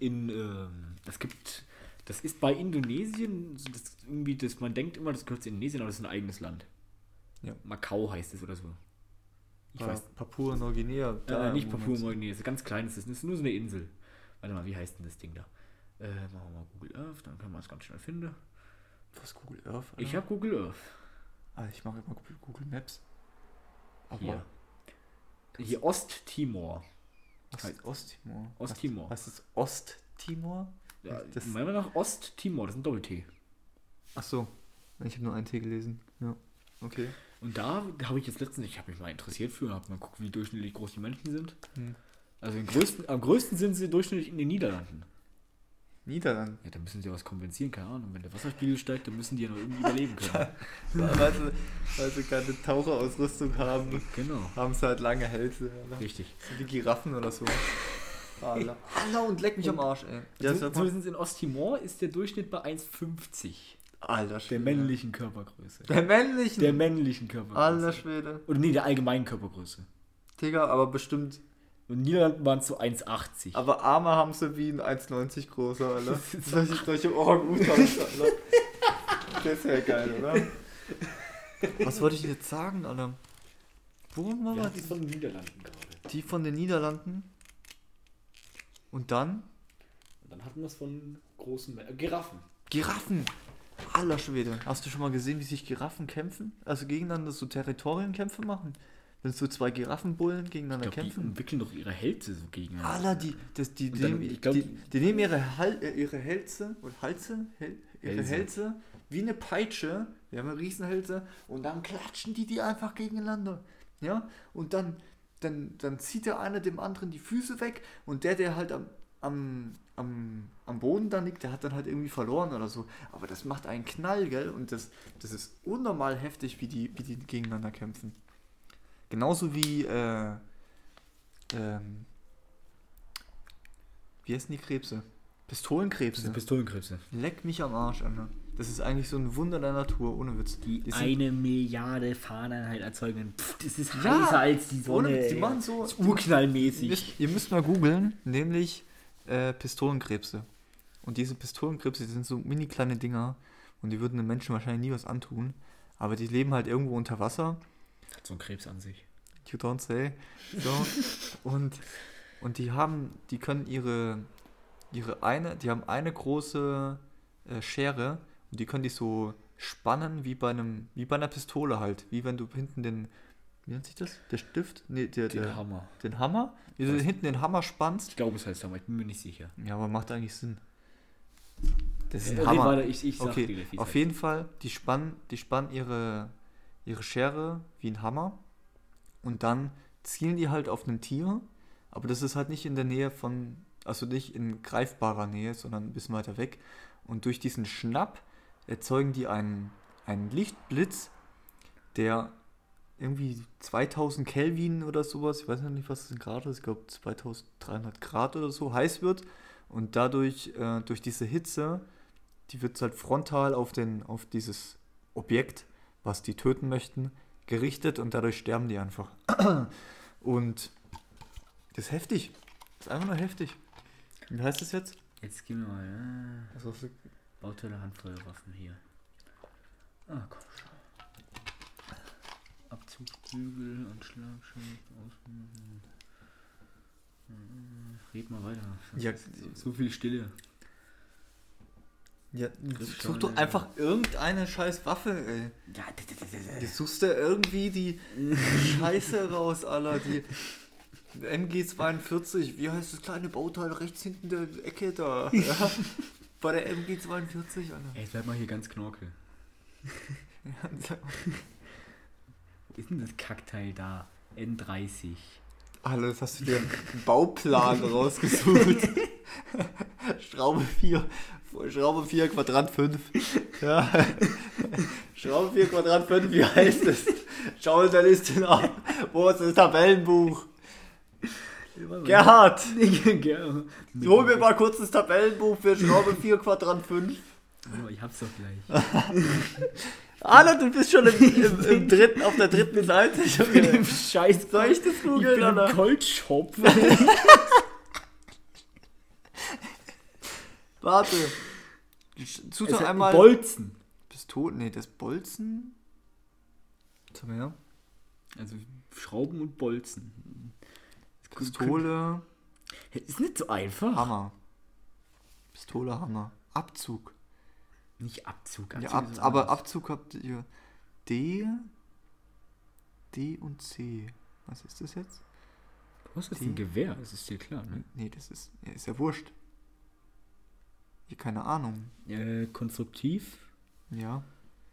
das ist bei Indonesien, man denkt immer, das gehört zu Indonesien, aber das ist ein eigenes Land. Ja. Macau heißt es oder so. Ich weiß. Papua-Neuguinea. Nicht Papua-Neuguinea, ist ganz klein, das ist nur so eine Insel. Warte mal, wie heißt denn das Ding da? Machen wir mal Google Earth, dann kann man es ganz schnell finden. Was, Google Earth? Alter? Ich habe Google Earth. Ich mache immer Google Maps. Hier. Hier Osttimor. Was ist Osttimor? Osttimor. Was ist Osttimor? Ja, Das- meinen wir nach Osttimor, das ist ein Doppel-T. Ach so. Ich habe nur einen T gelesen. Ja. Okay. Und da habe ich jetzt letztens, ich habe mich mal interessiert für und habe mal geguckt, wie durchschnittlich groß die Menschen sind. Also am größten sind sie durchschnittlich in den Niederlanden. Niederlanden. Ja, da müssen sie was kompensieren, keine Ahnung. Wenn der Wasserspiegel steigt, dann müssen die ja noch irgendwie überleben können. Weil sie keine Taucherausrüstung haben, Genau. haben sie halt lange Hälse. Oder? Richtig. Sind wie Giraffen oder so. Allah und leck mich am Arsch, ey. Ja, Zumindest in Osttimor ist der Durchschnitt bei 1,50. Alter Der Schwede. männlichen Körpergröße. Der männlichen? Der männlichen Körpergröße. Alter Schwede. Oder nee, der allgemeinen Körpergröße. Digga, aber bestimmt. Und in Niederlanden waren es so 1,80. Aber Arme haben sie wie ein 1,90 großer, Alter. Solche Orang-Utans, Alter. Das ist ja geil, oder? Was wollte ich jetzt sagen, Alter? Wo war Ja, das? die ist von den Niederlanden gerade. Die von den Niederlanden. Und dann? Und dann hatten wir es von großen Giraffen. Giraffen. Aller Schwede. Hast du schon mal gesehen, wie sich Giraffen kämpfen? Also gegeneinander so Territorienkämpfe machen? Wenn so 2 Giraffenbullen gegeneinander Ich glaube, die kämpfen? entwickeln doch ihre Hälse so gegeneinander. Alter, die Und dann, nehmen, ich glaub- die nehmen ihre Hälse oder ihre Hälse. Hälse wie eine Peitsche, die haben eine Riesenhälse und dann klatschen die einfach gegeneinander. Ja? Und dann zieht der eine dem anderen die Füße weg und der halt am Boden da liegt, der hat dann halt irgendwie verloren oder so. Aber das macht einen Knall, gell? Und das ist unnormal heftig, wie die gegeneinander kämpfen. Genauso wie Wie heißen die Krebse? Pistolenkrebse. Das sind Pistolenkrebse. Leck mich am Arsch, Alter. Das ist eigentlich so ein Wunder der Natur, ohne Witz. Die sind 1 Milliarde Fahnenheit erzeugen. Das ist Ja, heißer als die Sonne. ohne Witz, die ey. machen so... Das ist urknallmäßig. Ihr müsst mal googeln, nämlich Pistolenkrebse. Und diese Pistolenkrebse, die sind so mini kleine Dinger und die würden den Menschen wahrscheinlich nie was antun. Aber die leben halt irgendwo unter Wasser. Das hat so ein Krebs an sich. You don't say. So. und die können die haben eine große Schere und die können die so spannen wie bei einer Pistole halt. Wie wenn du hinten wie nennt sich das? Der Stift? Nee, Den Hammer. Den Hammer? Wie du hinten den Hammer spannst. Ich glaube, es heißt Hammer, ich bin mir nicht sicher. Ja, aber macht eigentlich Sinn. Das ist ein Okay, Hammer. warte, ich sag Okay, dir, wie es auf heißt. jeden Fall, die spannen ihre Schere wie ein Hammer und dann zielen die halt auf ein Tier, aber das ist halt nicht in der Nähe also nicht in greifbarer Nähe, sondern ein bisschen weiter weg. Und durch diesen Schnapp erzeugen die einen Lichtblitz, der irgendwie 2000 Kelvin oder sowas, ich weiß noch nicht, was das in Grad ist, ich glaube 2300 Grad oder so, heiß wird. Und dadurch, durch diese Hitze, die wird halt frontal auf dieses Objekt, was die töten möchten, gerichtet und dadurch sterben die einfach. Und das ist heftig. Das ist einfach nur heftig. Wie heißt das jetzt? Jetzt gehen wir mal. Also, Bauteile, Handfeuerwaffen hier. Ah, komm schon. Abzugsbügel und Schlagschild. Red mal weiter. Ja, So viel Stille. ja, such doch einfach irgendeine scheiß Waffe, ey. Ja, Du suchst da irgendwie die Scheiße raus, Alter. Die MG42, wie heißt das kleine Bauteil rechts hinten der Ecke da? Ja, bei der MG42, Alter. Ey, jetzt bleib mal hier ganz knorke. Wo ist denn das Kackteil da? N30. Alter, das hast du dir einen Bauplan rausgesucht. Schraube 4 Quadrant 5. Ja. Schraube 4 Quadrant 5, wie heißt es? Schau in der Liste nach. Wo ist das Tabellenbuch? Gerhard! Hol mir mal kurz das Tabellenbuch für Schraube 4 Quadrant 5. Oh, ich hab's doch gleich. Alter, du bist schon im dritten, auf der dritten Seite. Ich bin im Scheiß. Soll ich das googeln, Ich bin Alter? im Goldshop. Warte. Such doch einmal. Bolzen. Pistole. Nee, das Bolzen. Was haben wir hier? Also Schrauben und Bolzen. Pistole. Ist nicht so einfach. Hammer. Pistole, Hammer. Abzug. Nicht Abzug. Ja, Abzug ist aber anders. Abzug habt ihr D und C. Was ist das jetzt? Was ist ein Gewehr? Das ist dir klar, ne? Nee, das ist ja wurscht. Ja, keine Ahnung. Konstruktiv. Ja.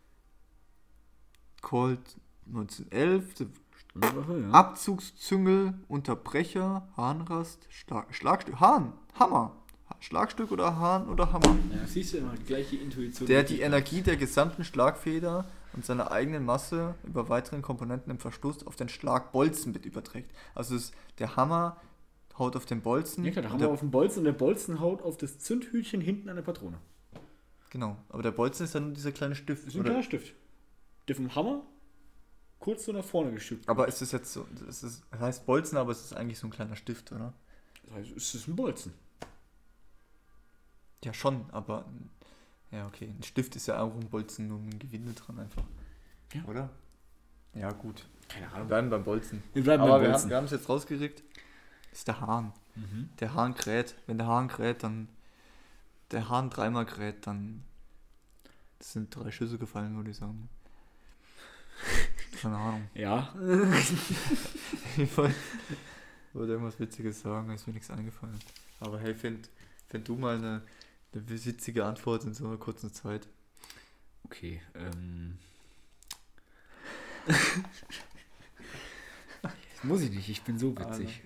Colt 1911. Ja. Abzugszüngel, Unterbrecher, Hahnrast, Schlagstück. Hammer. Schlagstück oder Hahn oder Hammer. Ja, siehst du immer die gleiche Intuition. Der die Energie der gesamten Schlagfeder und seiner eigenen Masse über weiteren Komponenten im Verschluss auf den Schlagbolzen mit überträgt. Also der Hammer haut auf den Bolzen. Ja klar, da haben wir auf den Bolzen und der Bolzen haut auf das Zündhütchen hinten an der Patrone. Genau, aber der Bolzen ist dann nur dieser kleine Stift. Das ist ein kleiner Stift. Der vom Hammer kurz so nach vorne geschüttet. Aber ist es jetzt so, es heißt Bolzen, aber es ist eigentlich so ein kleiner Stift, oder? Das heißt, es ist ein Bolzen. Ja, schon, aber ja, okay. Ein Stift ist ja auch ein Bolzen, nur mit einem Gewinde dran einfach. Ja. Oder? Ja, gut. Keine Wir Ahnung. bleiben beim Bolzen. Wir bleiben Aber beim Bolzen. wir haben es jetzt rausgeregt. Das ist der Hahn. Mhm. Der Hahn kräht. Wenn der Hahn kräht, dann. Der Hahn dreimal kräht, dann. Das sind 3 Schüsse gefallen, würde ich sagen. Keine Ahnung. Ja. Ich wollte irgendwas Witziges sagen, ist mir nichts eingefallen. Aber hey, find du mal eine witzige Antwort in so einer kurzen Zeit. Okay. Das muss ich nicht, ich bin so witzig.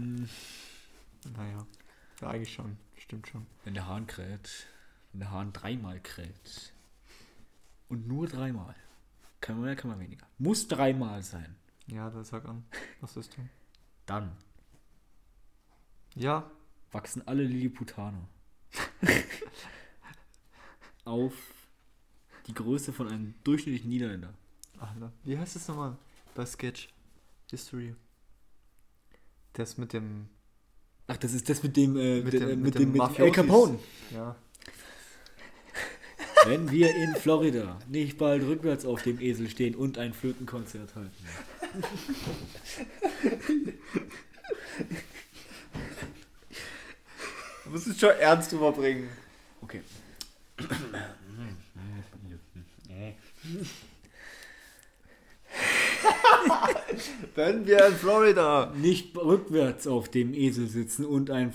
Naja, ja, eigentlich schon. Stimmt schon. Wenn der Hahn kräht, wenn der Hahn 3-mal kräht und nur 3-mal, kann man weniger. Muss 3-mal sein. Ja, dann sag an. Was ist du? Dann Ja, wachsen alle Lilliputaner auf die Größe von einem durchschnittlichen Niederländer. Ach, wie heißt das nochmal bei Sketch History? Das mit dem... Ach, das ist das mit dem Mafiosis. El Capone. Ja. Wenn wir in Florida nicht bald rückwärts auf dem Esel stehen und ein Flötenkonzert halten. Du musst es schon ernst überbringen. Okay. Wenn wir in Florida Nicht rückwärts auf dem Esel sitzen und ein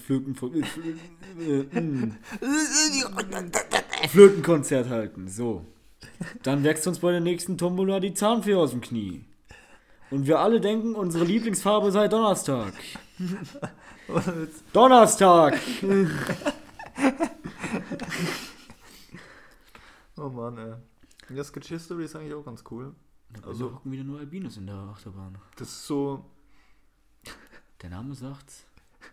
Flötenkonzert halten. So. Dann wächst uns bei der nächsten Tombola die Zahnfee aus dem Knie. Und wir alle denken, unsere Lieblingsfarbe sei Donnerstag. Donnerstag! Oh Mann, ey. Ja, Sketch History ist eigentlich auch ganz cool. Also hocken wieder nur Albinos in der Achterbahn. Das ist so... Der Name sagt's.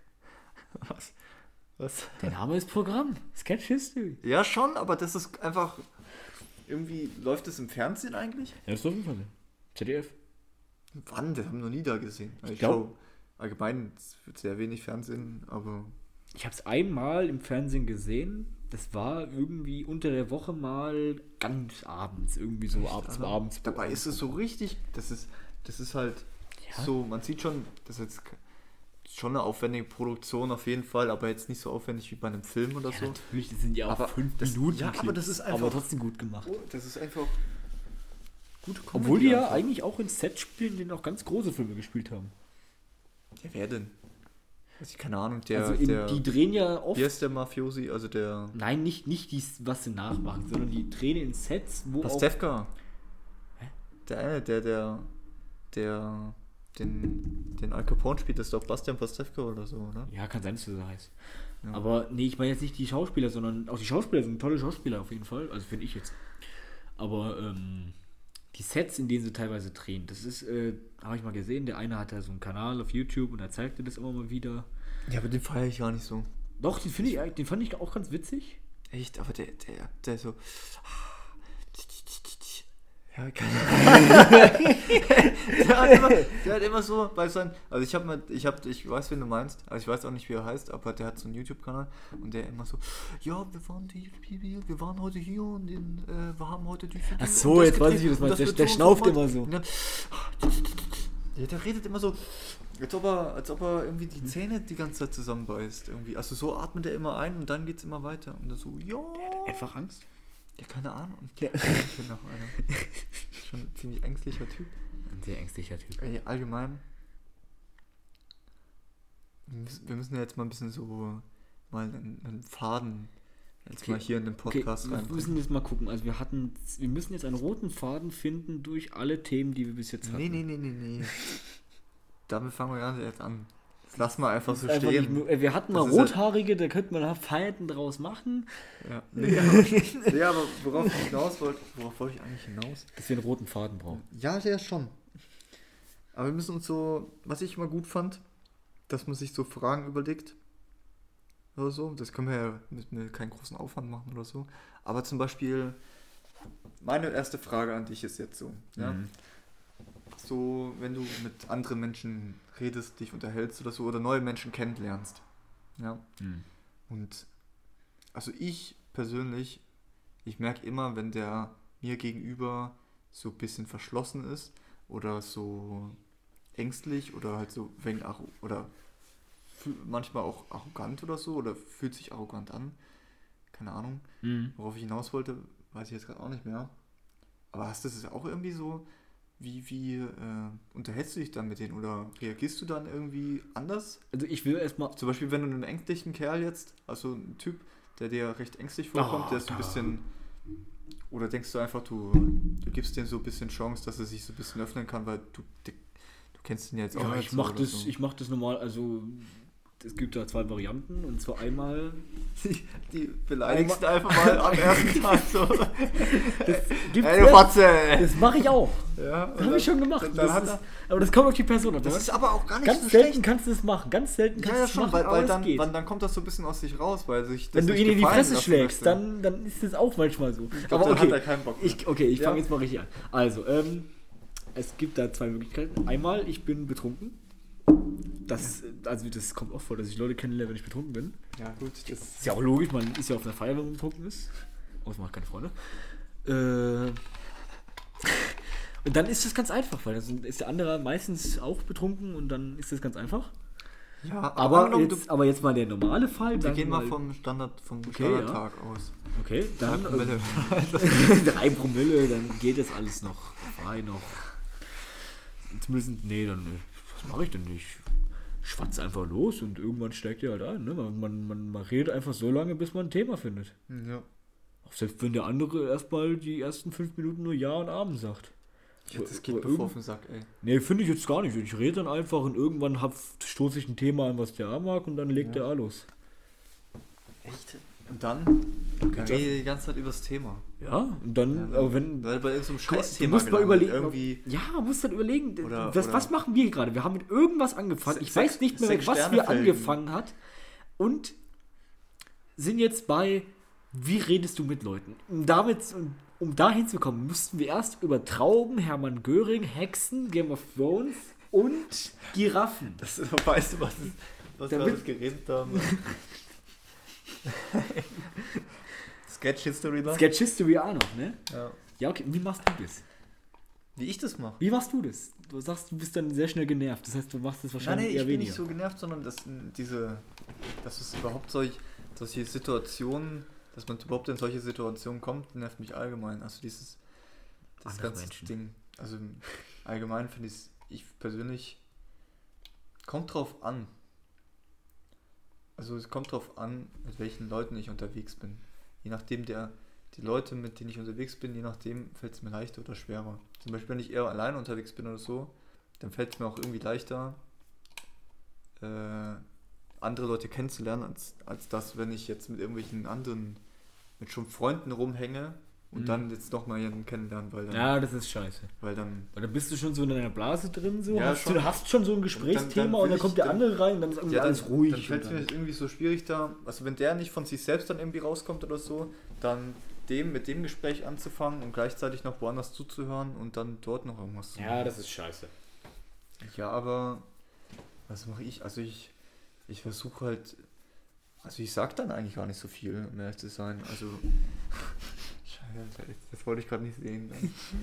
Was? Der Name ist Programm. Sketch History. Ja, schon, aber das ist einfach... Irgendwie... Läuft das im Fernsehen eigentlich? Ja, das ist auf jeden Fall. ZDF. Wann? Das haben wir noch nie da gesehen. Also Ich glaub- schaue allgemein sehr wenig Fernsehen, aber... Ich habe es einmal im Fernsehen gesehen. Das war irgendwie unter der Woche mal ganz abends. Irgendwie so abends. Dabei ist es so richtig... Das ist halt Ja. so... Man sieht schon... Das ist jetzt schon eine aufwendige Produktion auf jeden Fall, aber jetzt nicht so aufwendig wie bei einem Film oder so. Natürlich, das sind ja auch Aber 5 das- Minuten. ja, aber das ist einfach- Aber trotzdem gut gemacht. Oh, das ist einfach... Gute Comedy Obwohl die ja einfach. eigentlich auch in Sets spielen, denen auch ganz große Filme gespielt haben. Ja, wer denn? Also, keine Ahnung, der... Also die drehen ja oft. Wie heißt der Mafiosi? Also der... Nein, nicht dies, was sie nachmachen, sondern die drehen in Sets, wo auch. Pastewka. Hä? Der eine, der den Al Capone spielt, das ist doch Bastian Pastewka oder so, oder? Ja, kann sein, dass das so heißt. Ja. Aber nee, ich meine jetzt nicht die Schauspieler, sondern auch die Schauspieler sind tolle Schauspieler auf jeden Fall. Also finde ich jetzt. Aber die Sets, in denen sie teilweise drehen, das ist, habe ich mal gesehen, der eine hat da so einen Kanal auf YouTube und er zeigte das immer mal wieder. Ja, aber den feiere ich gar nicht so. Doch, den fand ich auch ganz witzig. Echt, aber der so... Ja, keine Ahnung. der hat immer so bei seinen... Also ich weiß, wen du meinst, also ich weiß auch nicht, wie er heißt, aber der hat so einen YouTube-Kanal und der immer so, ja, wir waren heute hier und wir haben heute die... Ach so, jetzt weiß ich, wie du das meinst. Der schnauft immer so. Ja, der redet immer so, als ob er irgendwie die Zähne die ganze Zeit zusammenbeißt. Irgendwie. Also so atmet er immer ein und dann geht's immer weiter. Und dann so, ja. Einfach Angst. Ja, keine Ahnung. Ja. Ich bin noch einer. Schon ein ziemlich ängstlicher Typ. Ein sehr ängstlicher Typ. Ey, allgemein. Wir müssen ja jetzt mal ein bisschen so mal einen Faden jetzt mal hier in den Podcast wir reinbringen. müssen jetzt mal gucken. Also wir müssen jetzt einen roten Faden finden durch alle Themen, die wir bis jetzt hatten. Nee. Damit fangen wir ja jetzt an. Das lassen wir einfach so Einfach stehen. nicht, wir hatten mal Das ist Rothaarige, da könnte man Feierten draus machen. Ja, aber worauf wollte ich eigentlich hinaus? Dass wir einen roten Faden brauchen. Ja, der schon. Aber wir müssen uns so, was ich immer gut fand, dass man sich so Fragen überlegt. Oder so. Das können müssen wir keinen großen Aufwand machen oder so. Aber zum Beispiel, meine erste Frage an dich ist jetzt so. Ja? So, wenn du mit anderen Menschen redest, dich unterhältst oder so, oder neue Menschen kennenlernst. Ja. Und also ich persönlich, ich merke immer, wenn der mir gegenüber so ein bisschen verschlossen ist oder so ängstlich oder halt so oder manchmal auch arrogant oder so oder fühlt sich arrogant an. Keine Ahnung. Worauf ich hinaus wollte, weiß ich jetzt gerade auch nicht mehr. Aber hast du das auch irgendwie so, wie unterhältst du dich dann mit denen oder reagierst du dann irgendwie anders? Also ich will erstmal... Zum Beispiel, wenn du einen ängstlichen Kerl jetzt, also ein Typ, der dir recht ängstlich vorkommt, der ist so ein bisschen... Oder denkst du einfach, du gibst dem so ein bisschen Chance, dass er sich so ein bisschen öffnen kann, weil du kennst ihn ja jetzt auch Ja, nicht ich mach so oder das, so. ich mach das normal, also es gibt da 2 Varianten und zwar einmal... Die beleidigst einfach mal am ersten Tag so. Ey, du Fotze! Das mache ich auch. Ja, Das habe ich schon gemacht. Dann Aber das kommt auf die Person an. das ist aber auch gar nicht Ganz so selten schlecht. kannst du das machen. Ganz selten kannst du das machen, weil aber dann, es geht. dann kommt das so ein bisschen aus sich raus, weil sich das Wenn du nicht ihn in die gefallen Fresse lassen schlägst, möchte. dann ist das auch manchmal so. Ich glaub, dann hat er keinen Bock mehr. Ich Ja. fange jetzt mal richtig an. Also, es gibt da 2 Möglichkeiten. Einmal, ich bin betrunken. Das kommt auch vor, dass ich Leute kennenlerne, wenn ich betrunken bin. Ja, gut. Das Ist ja auch logisch, man ist ja auf einer Feier, wenn man betrunken ist. Außer man hat keine Freunde. Und dann ist das ganz einfach, weil dann ist der andere meistens auch betrunken und dann ist das ganz einfach. ja, Aber jetzt mal der normale Fall. wir gehen mal vom Standardtag aus. Okay, dann 3 Promille. 3 Promille, dann geht das alles noch frei noch. Zumindest, was mache ich denn nicht? Schwatz einfach los und irgendwann steigt ihr halt ein. Ne? Man redet einfach so lange, bis man ein Thema findet. Ja. Auch selbst wenn der andere erstmal die ersten 5 Minuten nur Ja und Amen sagt. Das geht bevor auf den Sack, ey. Nee, finde ich jetzt gar nicht. Ich rede dann einfach und irgendwann stoße ich ein Thema an, was der A mag und dann legt der A los. Echt? Und dann rede ich die ganze Zeit über das Thema. Ja, und dann, Ja, aber wenn... Weil bei irgendeinem Du Scheißthema musst mal überlegen, irgendwie... Ja, man muss dann überlegen, Oder- was machen wir gerade? Wir haben mit irgendwas angefangen. Ich weiß nicht mehr, sechs was wir Sternefelgen. angefangen hat. Und sind jetzt bei, wie redest du mit Leuten? Um dahin zu kommen, müssten wir erst über Trauben, Hermann Göring, Hexen, Game of Thrones und Giraffen. Weißt du, was wir Damit- alles geredet haben? Sketch History noch? Sketch History auch noch, ne? Ja. Ja, okay. Wie machst du das? Wie ich das mache? Wie machst du das? Du sagst, du bist dann sehr schnell genervt. Das heißt, du machst das wahrscheinlich ich eher bin weniger. nicht so genervt, sondern dass es überhaupt solche Situationen, dass man überhaupt in solche Situationen kommt, nervt mich allgemein. Also das Andere ganze Menschen. Ding. Also allgemein finde ich persönlich, kommt drauf an. Also es kommt drauf an, mit welchen Leuten ich unterwegs bin. Je nachdem die Leute, mit denen ich unterwegs bin, je nachdem fällt es mir leichter oder schwerer. Zum Beispiel, wenn ich eher alleine unterwegs bin oder so, dann fällt es mir auch irgendwie leichter, andere Leute kennenzulernen, als das, wenn ich jetzt mit irgendwelchen anderen, mit schon Freunden rumhänge und dann jetzt nochmal jemanden kennenlernen, weil dann... Ja, das ist scheiße. Weil dann... Weil dann bist du schon so in deiner Blase drin, so. Ja, Du hast schon so ein Gesprächsthema und dann kommt der andere rein und dann ist irgendwie alles ruhig. Dann fällt es mir irgendwie so schwierig da, also wenn der nicht von sich selbst dann irgendwie rauskommt oder so, dann mit dem Gespräch anzufangen und gleichzeitig noch woanders zuzuhören und dann dort noch irgendwas zu machen. Ja, das ist scheiße. Ja, aber was mache ich? Also ich versuche halt, also ich sag dann eigentlich gar nicht so viel, um ehrlich zu sein. Also Scheiße, das wollte ich gerade nicht sehen.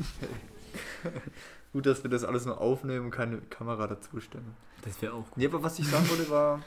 Gut, dass wir das alles nur aufnehmen und keine Kamera dazu stellen. Das wäre auch gut. Nee, aber was ich sagen wollte war,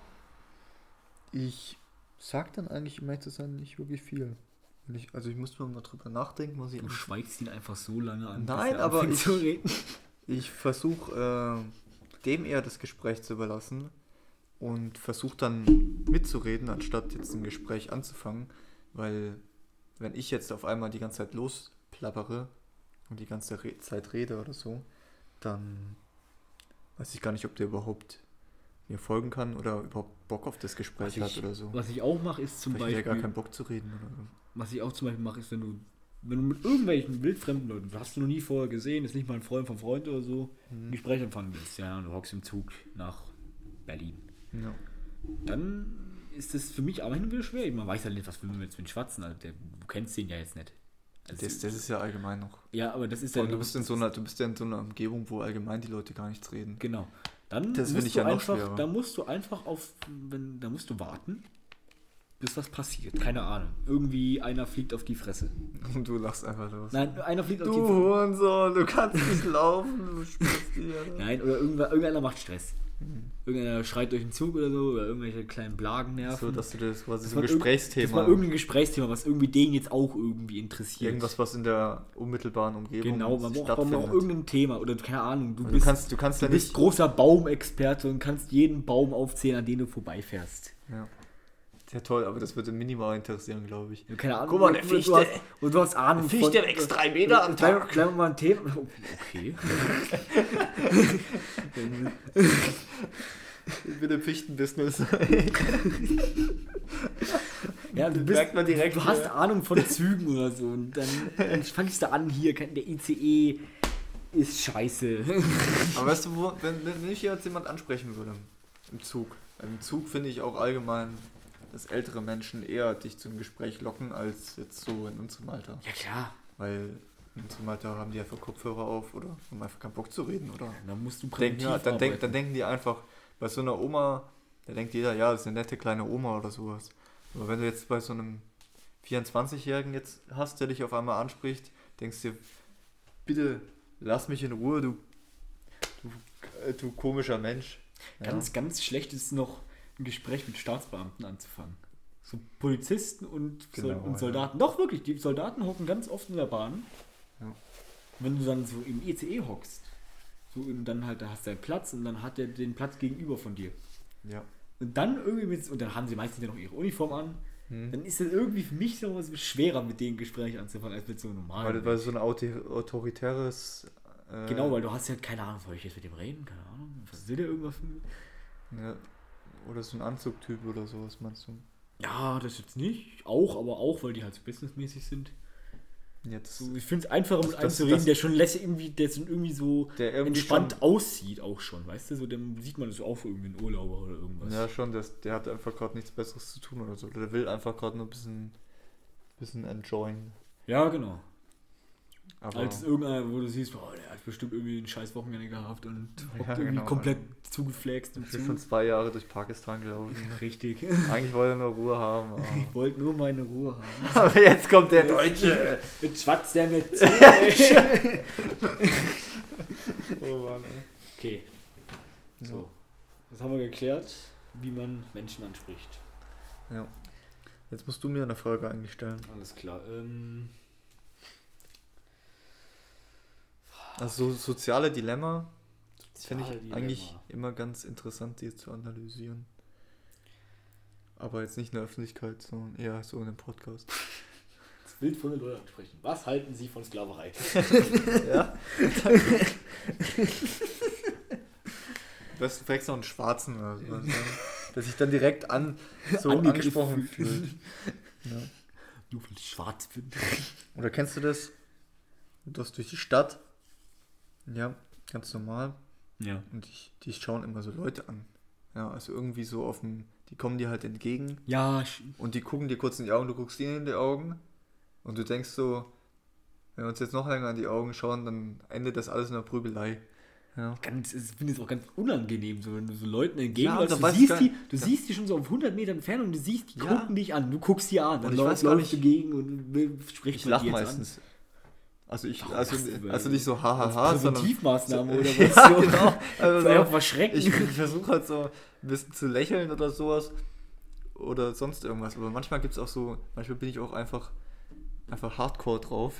ich sag dann eigentlich, um ehrlich zu sein, nicht wirklich viel. Ich muss mal drüber nachdenken, was ich... Du schweigst ihn einfach so lange an. Nein, bis er aber anfängt zu reden. Ich versuche dem eher das Gespräch zu überlassen und versuche dann mitzureden, anstatt jetzt ein Gespräch anzufangen, weil wenn ich jetzt auf einmal die ganze Zeit losplappere und die ganze Zeit rede oder so, dann weiß ich gar nicht, ob der überhaupt mir folgen kann oder überhaupt Bock auf das Gespräch hat oder so. Was ich auch mache, ist zum Vielleicht hat Beispiel... er gar keinen Bock zu reden oder so. Was ich auch zum Beispiel mache, ist, wenn du mit irgendwelchen wildfremden Leuten, hast du noch nie vorher gesehen, ist nicht mal ein Freund vom Freund oder so, ein Gespräch anfangen willst, ja, und du hockst im Zug nach Berlin. Ja. Dann ist das für mich auch hin und wieder schwer. Man weiß halt nicht, was will man jetzt mit Schwatzen, also du kennst den ja jetzt nicht. Also Das ist ja allgemein noch. ja, aber das ist Du bist ja in so einer Umgebung, wo allgemein die Leute gar nichts reden. Genau. Dann Das musst finde ich du ja noch einfach, schwerer. da musst du einfach da musst du warten, bis was passiert. Keine Ahnung. Irgendwie einer fliegt auf die Fresse. Und du lachst einfach los. Nein, einer fliegt auf die Du Fresse. Hurensohn, du kannst nicht laufen, du spielst hier. Nein, oder irgendeiner macht Stress. Irgendeiner schreit durch den Zug oder so, oder irgendwelche kleinen Blagen nerven. So, dass du das quasi so war ein Gesprächsthema. Das war irgendein Gesprächsthema, was irgendwie den jetzt auch irgendwie interessiert. Irgendwas, was in der unmittelbaren Umgebung Genau, man braucht stattfindet. auch irgendein Thema oder keine Ahnung. Du Du bist, kannst ja du bist nicht... großer Baumexperte und kannst jeden Baum aufzählen, an den du vorbeifährst. Ja. Sehr toll, aber das würde minimal interessieren, glaube ich. Keine Ahnung. Guck mal, eine du Fichte. Und du hast Ahnung Fichte wächst 3 Meter am Tag. Gleich mal ein Thema. Okay. Ich bin im Fichtenbusiness. Ja, merkt man direkt, du hast Ahnung von Zügen oder so und dann fangst du an, hier, der ICE ist scheiße. Aber weißt du, wenn mich jetzt jemand ansprechen würde, im Zug. Im Zug finde ich auch allgemein, dass ältere Menschen eher dich zum Gespräch locken, als jetzt so in unserem Alter. Ja, klar. Weil in unserem Alter haben die einfach Kopfhörer auf oder haben einfach keinen Bock zu reden, oder? Dann musst du Dann denken die einfach, bei so einer Oma, da denkt jeder, ja, das ist eine nette kleine Oma oder sowas. Aber wenn du jetzt bei so einem 24-Jährigen jetzt hast, der dich auf einmal anspricht, denkst du dir, bitte lass mich in Ruhe, du komischer Mensch. Ja. Ganz schlecht ist noch, ein Gespräch mit Staatsbeamten anzufangen. So Polizisten und Soldaten. Ja. Doch, wirklich, die Soldaten hocken ganz oft in der Bahn. Ja. Wenn du dann so im ICE hockst, dann halt, da hast du einen Platz und dann hat der den Platz gegenüber von dir. Ja. Und dann irgendwie und dann haben sie meistens ja noch ihre Uniform an. Dann ist das irgendwie für mich so schwerer, mit denen Gespräche anzufangen, als mit so normalen. Weil so ein autoritäres... Genau, weil du hast ja keine Ahnung, soll ich jetzt mit dem reden? Keine Ahnung. Was will der irgendwas von mir? Ja. Oder so ein Anzugtyp oder sowas, meinst du? Ja, das jetzt nicht. Aber auch, weil die halt so businessmäßig sind. Jetzt, so, ich finde es einfacher, mit einem zu reden, der schon irgendwie so entspannt aussieht auch schon, weißt du? So, dann sieht man das auch für irgendwie einen Urlauber oder irgendwas. Ja, schon, der hat einfach gerade nichts Besseres zu tun oder so. Der will einfach gerade nur ein bisschen enjoyen. Ja, genau. Aber als irgendeiner, wo du siehst, boah, der hat bestimmt irgendwie ein scheiß Wochenende gehabt und ja, irgendwie komplett zugeflext. Ich bin schon 2 Jahre durch Pakistan gelaufen. Richtig. Eigentlich wollte er nur Ruhe haben. Aber ich wollte nur meine Ruhe haben. Aber jetzt kommt der Deutsche. Jetzt schwatzt der mit. Oh Mann, ey. Okay. So. Das haben wir geklärt, wie man Menschen anspricht. Ja. Jetzt musst du mir eine Frage eigentlich stellen. Alles klar. Also so soziale Dilemma finde ich eigentlich immer ganz interessant, die zu analysieren. Aber jetzt nicht in der Öffentlichkeit, sondern eher so in einem Podcast. Das Bild von den Leuten ansprechen. Was halten Sie von Sklaverei? Ja. Du fragst noch einen Schwarzen oder so, dass ich dann direkt angesprochen fühle. Ja. Du willst schwarz finden. Oder kennst du das? Du hast durch die Stadt. Ja, ganz normal. Ja. Und die schauen immer so Leute an. Ja, also irgendwie so die kommen dir halt entgegen. Ja. Und die gucken dir kurz in die Augen, du guckst ihnen in die Augen. Und du denkst so, wenn wir uns jetzt noch länger in die Augen schauen, dann endet das alles in einer Prügelei. Ja. Ich finde es auch ganz unangenehm, so, wenn du so Leuten entgegen du siehst die schon so auf 100 Meter Entfernung, du siehst, die gucken dich an, du guckst die an, dann läufst du dagegen und sprichst ich lach meistens. An. Also nicht so hahaha, Präventivmaßnahmen oder was? Ja, so. Genau. Also so einfach verschrecken. Ich versuche halt so ein bisschen zu lächeln oder sowas oder sonst irgendwas. Aber manchmal gibt es auch so, manchmal bin ich auch einfach hardcore drauf.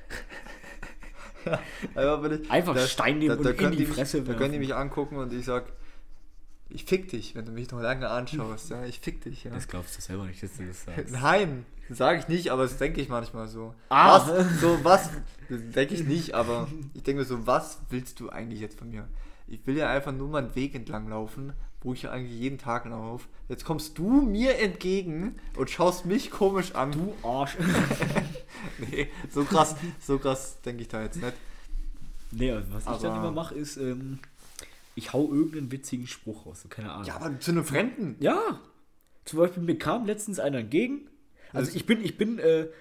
Einfach Stein nehmen und in die Fresse werfen. Da können die mich angucken und ich sag, ich fick dich, wenn du mich noch lange anschaust. Ja, ich fick dich. Ja. Das glaubst du selber nicht, dass du das sagst. Nein, sage ich nicht, aber das denke ich manchmal so. Was? Das denke ich nicht, aber ich denke mir so, was willst du eigentlich jetzt von mir? Ich will ja einfach nur mal einen Weg entlang laufen, wo ich ja eigentlich jeden Tag laufe. Jetzt kommst du mir entgegen und schaust mich komisch an. Du Arsch. Nee, so krass denke ich da jetzt nicht. Nee, also was ich dann immer mache, ist, ich hau irgendeinen witzigen Spruch raus, keine Ahnung. Ja, aber zu einem Fremden. Ja. Zum Beispiel, mir kam letztens einer entgegen. Also ich bin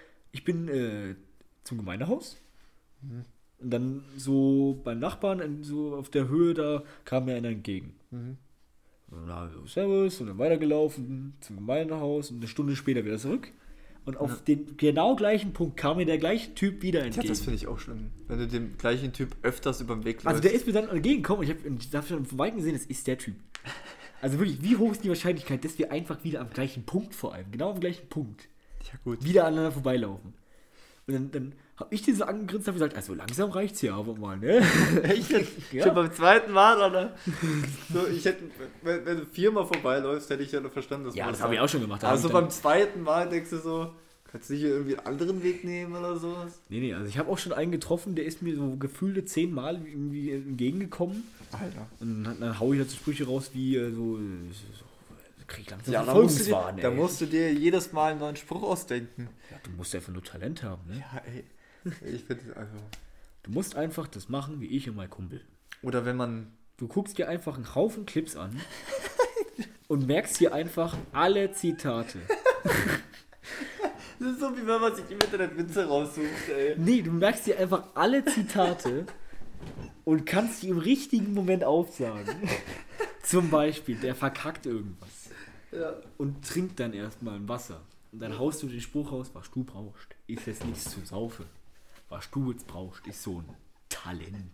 zum Gemeindehaus. Mhm. Und dann so beim Nachbarn, so auf der Höhe, da kam mir einer entgegen. Mhm. Und dann habe ich Servus und dann weitergelaufen zum Gemeindehaus und eine Stunde später wieder zurück. Und auf den genau gleichen Punkt kam mir der gleiche Typ wieder entgegen. Ja, das finde ich auch schlimm, wenn du dem gleichen Typ öfters über den Weg läufst. Also der ist mir dann entgegengekommen und ich habe schon von Weitem gesehen, das ist der Typ. Also wirklich, wie hoch ist die Wahrscheinlichkeit, dass wir einfach wieder am gleichen Punkt vor allem, genau am gleichen Punkt, wieder aneinander vorbeilaufen. Und dann habe ich den so angegrinst und habe gesagt, also langsam reicht's ja aber mal, ne? Echt? Ja. Schon beim zweiten Mal, oder? So, wenn du 4-mal vorbeiläufst, hätte ich ja noch verstanden, dass ja, das habe ich auch schon gemacht. Also beim zweiten Mal denkst du so, Kannst du nicht irgendwie einen anderen Weg nehmen oder sowas? Nee, also ich habe auch schon einen getroffen, der ist mir so gefühlte 10 Mal irgendwie entgegengekommen. Alter. Und dann hau ich dazu Sprüche raus wie so krieg ich langsam Ja, Verfolgungswahn, da musst du dir jedes Mal einen neuen Spruch ausdenken. Ja, du musst einfach nur Talent haben, ne? Ja, ey. Ich finde es einfach... Du musst einfach das machen, wie ich und mein Kumpel. Oder wenn man... Du guckst dir einfach einen Haufen Clips an und merkst hier einfach alle Zitate. Das ist so, wie wenn man sich im Internet Witze raussucht, ey. Nee, du merkst dir einfach alle Zitate und kannst die im richtigen Moment aufsagen. Zum Beispiel, der verkackt irgendwas. Ja. Und trinkt dann erstmal ein Wasser. Und dann haust du den Spruch raus, was du brauchst, ist jetzt nichts zu saufen. Was du jetzt brauchst, ist so ein Talent.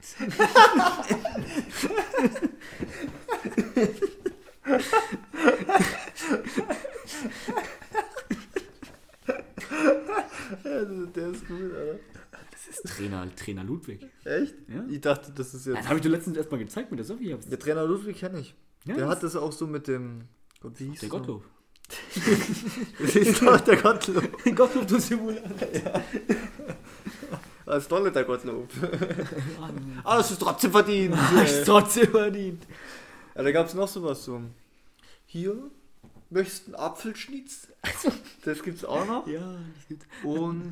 Also, der ist gut, Alter. Das ist Trainer Ludwig. Echt? Ja? Ich dachte, das ist jetzt... Das habe ich dir letztens erstmal gezeigt mit der Sophie. Der Trainer Ludwig kenne ich. Ja, der hat das auch so mit dem... Gott, wie hieß der Gottlob. Das ist doch der Gottlob. Gottlob, du Simulator. Ja. Das ist toll, der Gottlob. Ah, das ist trotzdem verdient. Das ist trotzdem verdient. Ja, da gab es noch sowas so. Hier, möchtest du einen Apfelschnitz? Das gibt's auch noch. Ja, das gibt's. Und,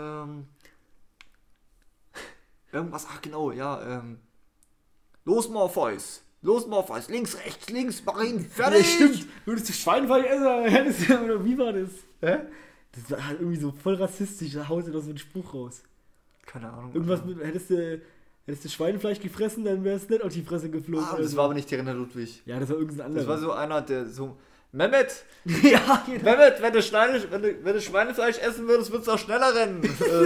irgendwas, ach genau, ja, los Morpheus, links, rechts, links, mach ihn, fertig! Ja, stimmt. Würdest du Schweinfleisch essen? Oder wie war das? Hä? Das war halt irgendwie so voll rassistisch, da haut er doch so einen Spruch raus. Keine Ahnung. Irgendwas mit, hättest du Schweinefleisch gefressen, dann wär's nicht auf die Fresse geflogen. Ah, das war aber nicht Trainer Ludwig. Ja, das war irgendein anderer. Das war so einer, der so, Mehmet, ja, genau. Mehmet, wenn du Schweinefleisch essen würdest, würdest du auch schneller rennen.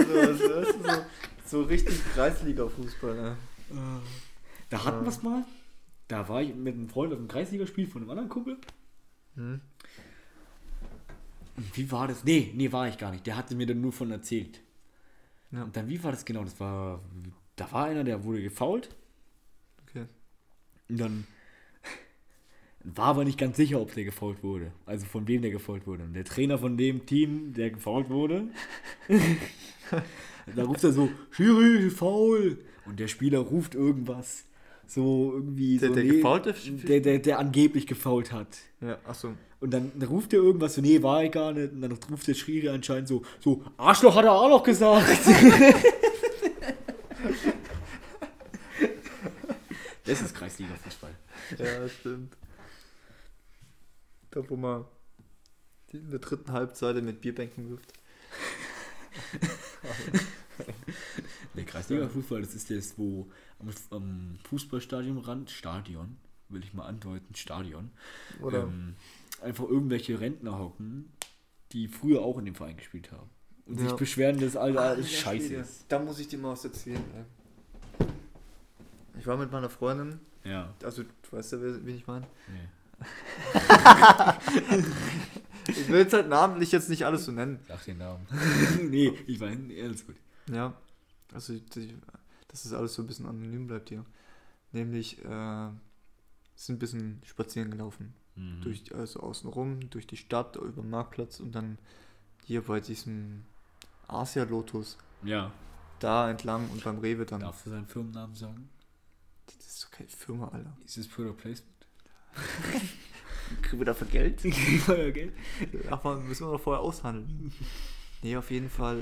So richtig Kreisliga-Fußball, ne? Da hatten wir es mal. Da war ich mit einem Freund auf einem Kreisligaspiel von einem anderen Kumpel. Hm. Und wie war das? Nee, war ich gar nicht. Der hatte mir dann nur von erzählt. Ja. Und dann, wie war das genau? Da war einer, der wurde gefoult. Okay. Und dann war aber nicht ganz sicher, ob der gefoult wurde. Also von wem der gefoult wurde. Und der Trainer von dem Team, der gefoult wurde, da ruft er so, Schiri, faul. Und der Spieler ruft irgendwas. So irgendwie Der gefoulte Spieler? der angeblich gefoult hat. Ja, achso. Und dann ruft er irgendwas so, nee, war ich gar nicht. Und dann ruft der Schiri anscheinend so, Arschloch hat er auch noch gesagt. Das ist Kreisliga-Fußball. Ja, das stimmt. Da, wo man in der dritten Halbseite mit Bierbänken wirft. Der Kreisliga-Fußball, das ist das, wo am Fußballstadion Stadion, will ich mal andeuten, Stadion, Oder? Einfach irgendwelche Rentner hocken, die früher auch in dem Verein gespielt haben. Und sich beschweren, dass alles scheiße ist. Da muss ich dir mal was erzählen. Ey. Ich war mit meiner Freundin. Ja. Also, du weißt ja, wen ich meine. Nee. Ich will jetzt halt namentlich jetzt nicht alles so nennen. Sag den Namen. Nee, ich meine, alles gut. Ja, also, dass das alles so ein bisschen anonym bleibt hier. Nämlich, sind ein bisschen spazieren gelaufen. Also außenrum, durch die Stadt, über den Marktplatz und dann hier bei diesem Asia-Lotus. Ja. Da entlang und beim Rewe dann. Darfst du seinen Firmennamen sagen? Das ist doch keine Firma, Alter. Ist das Product Placement? Kriegen wir dafür Geld? Kriegen wir Geld? Ach man, müssen wir noch vorher aushandeln. Nee, auf jeden Fall,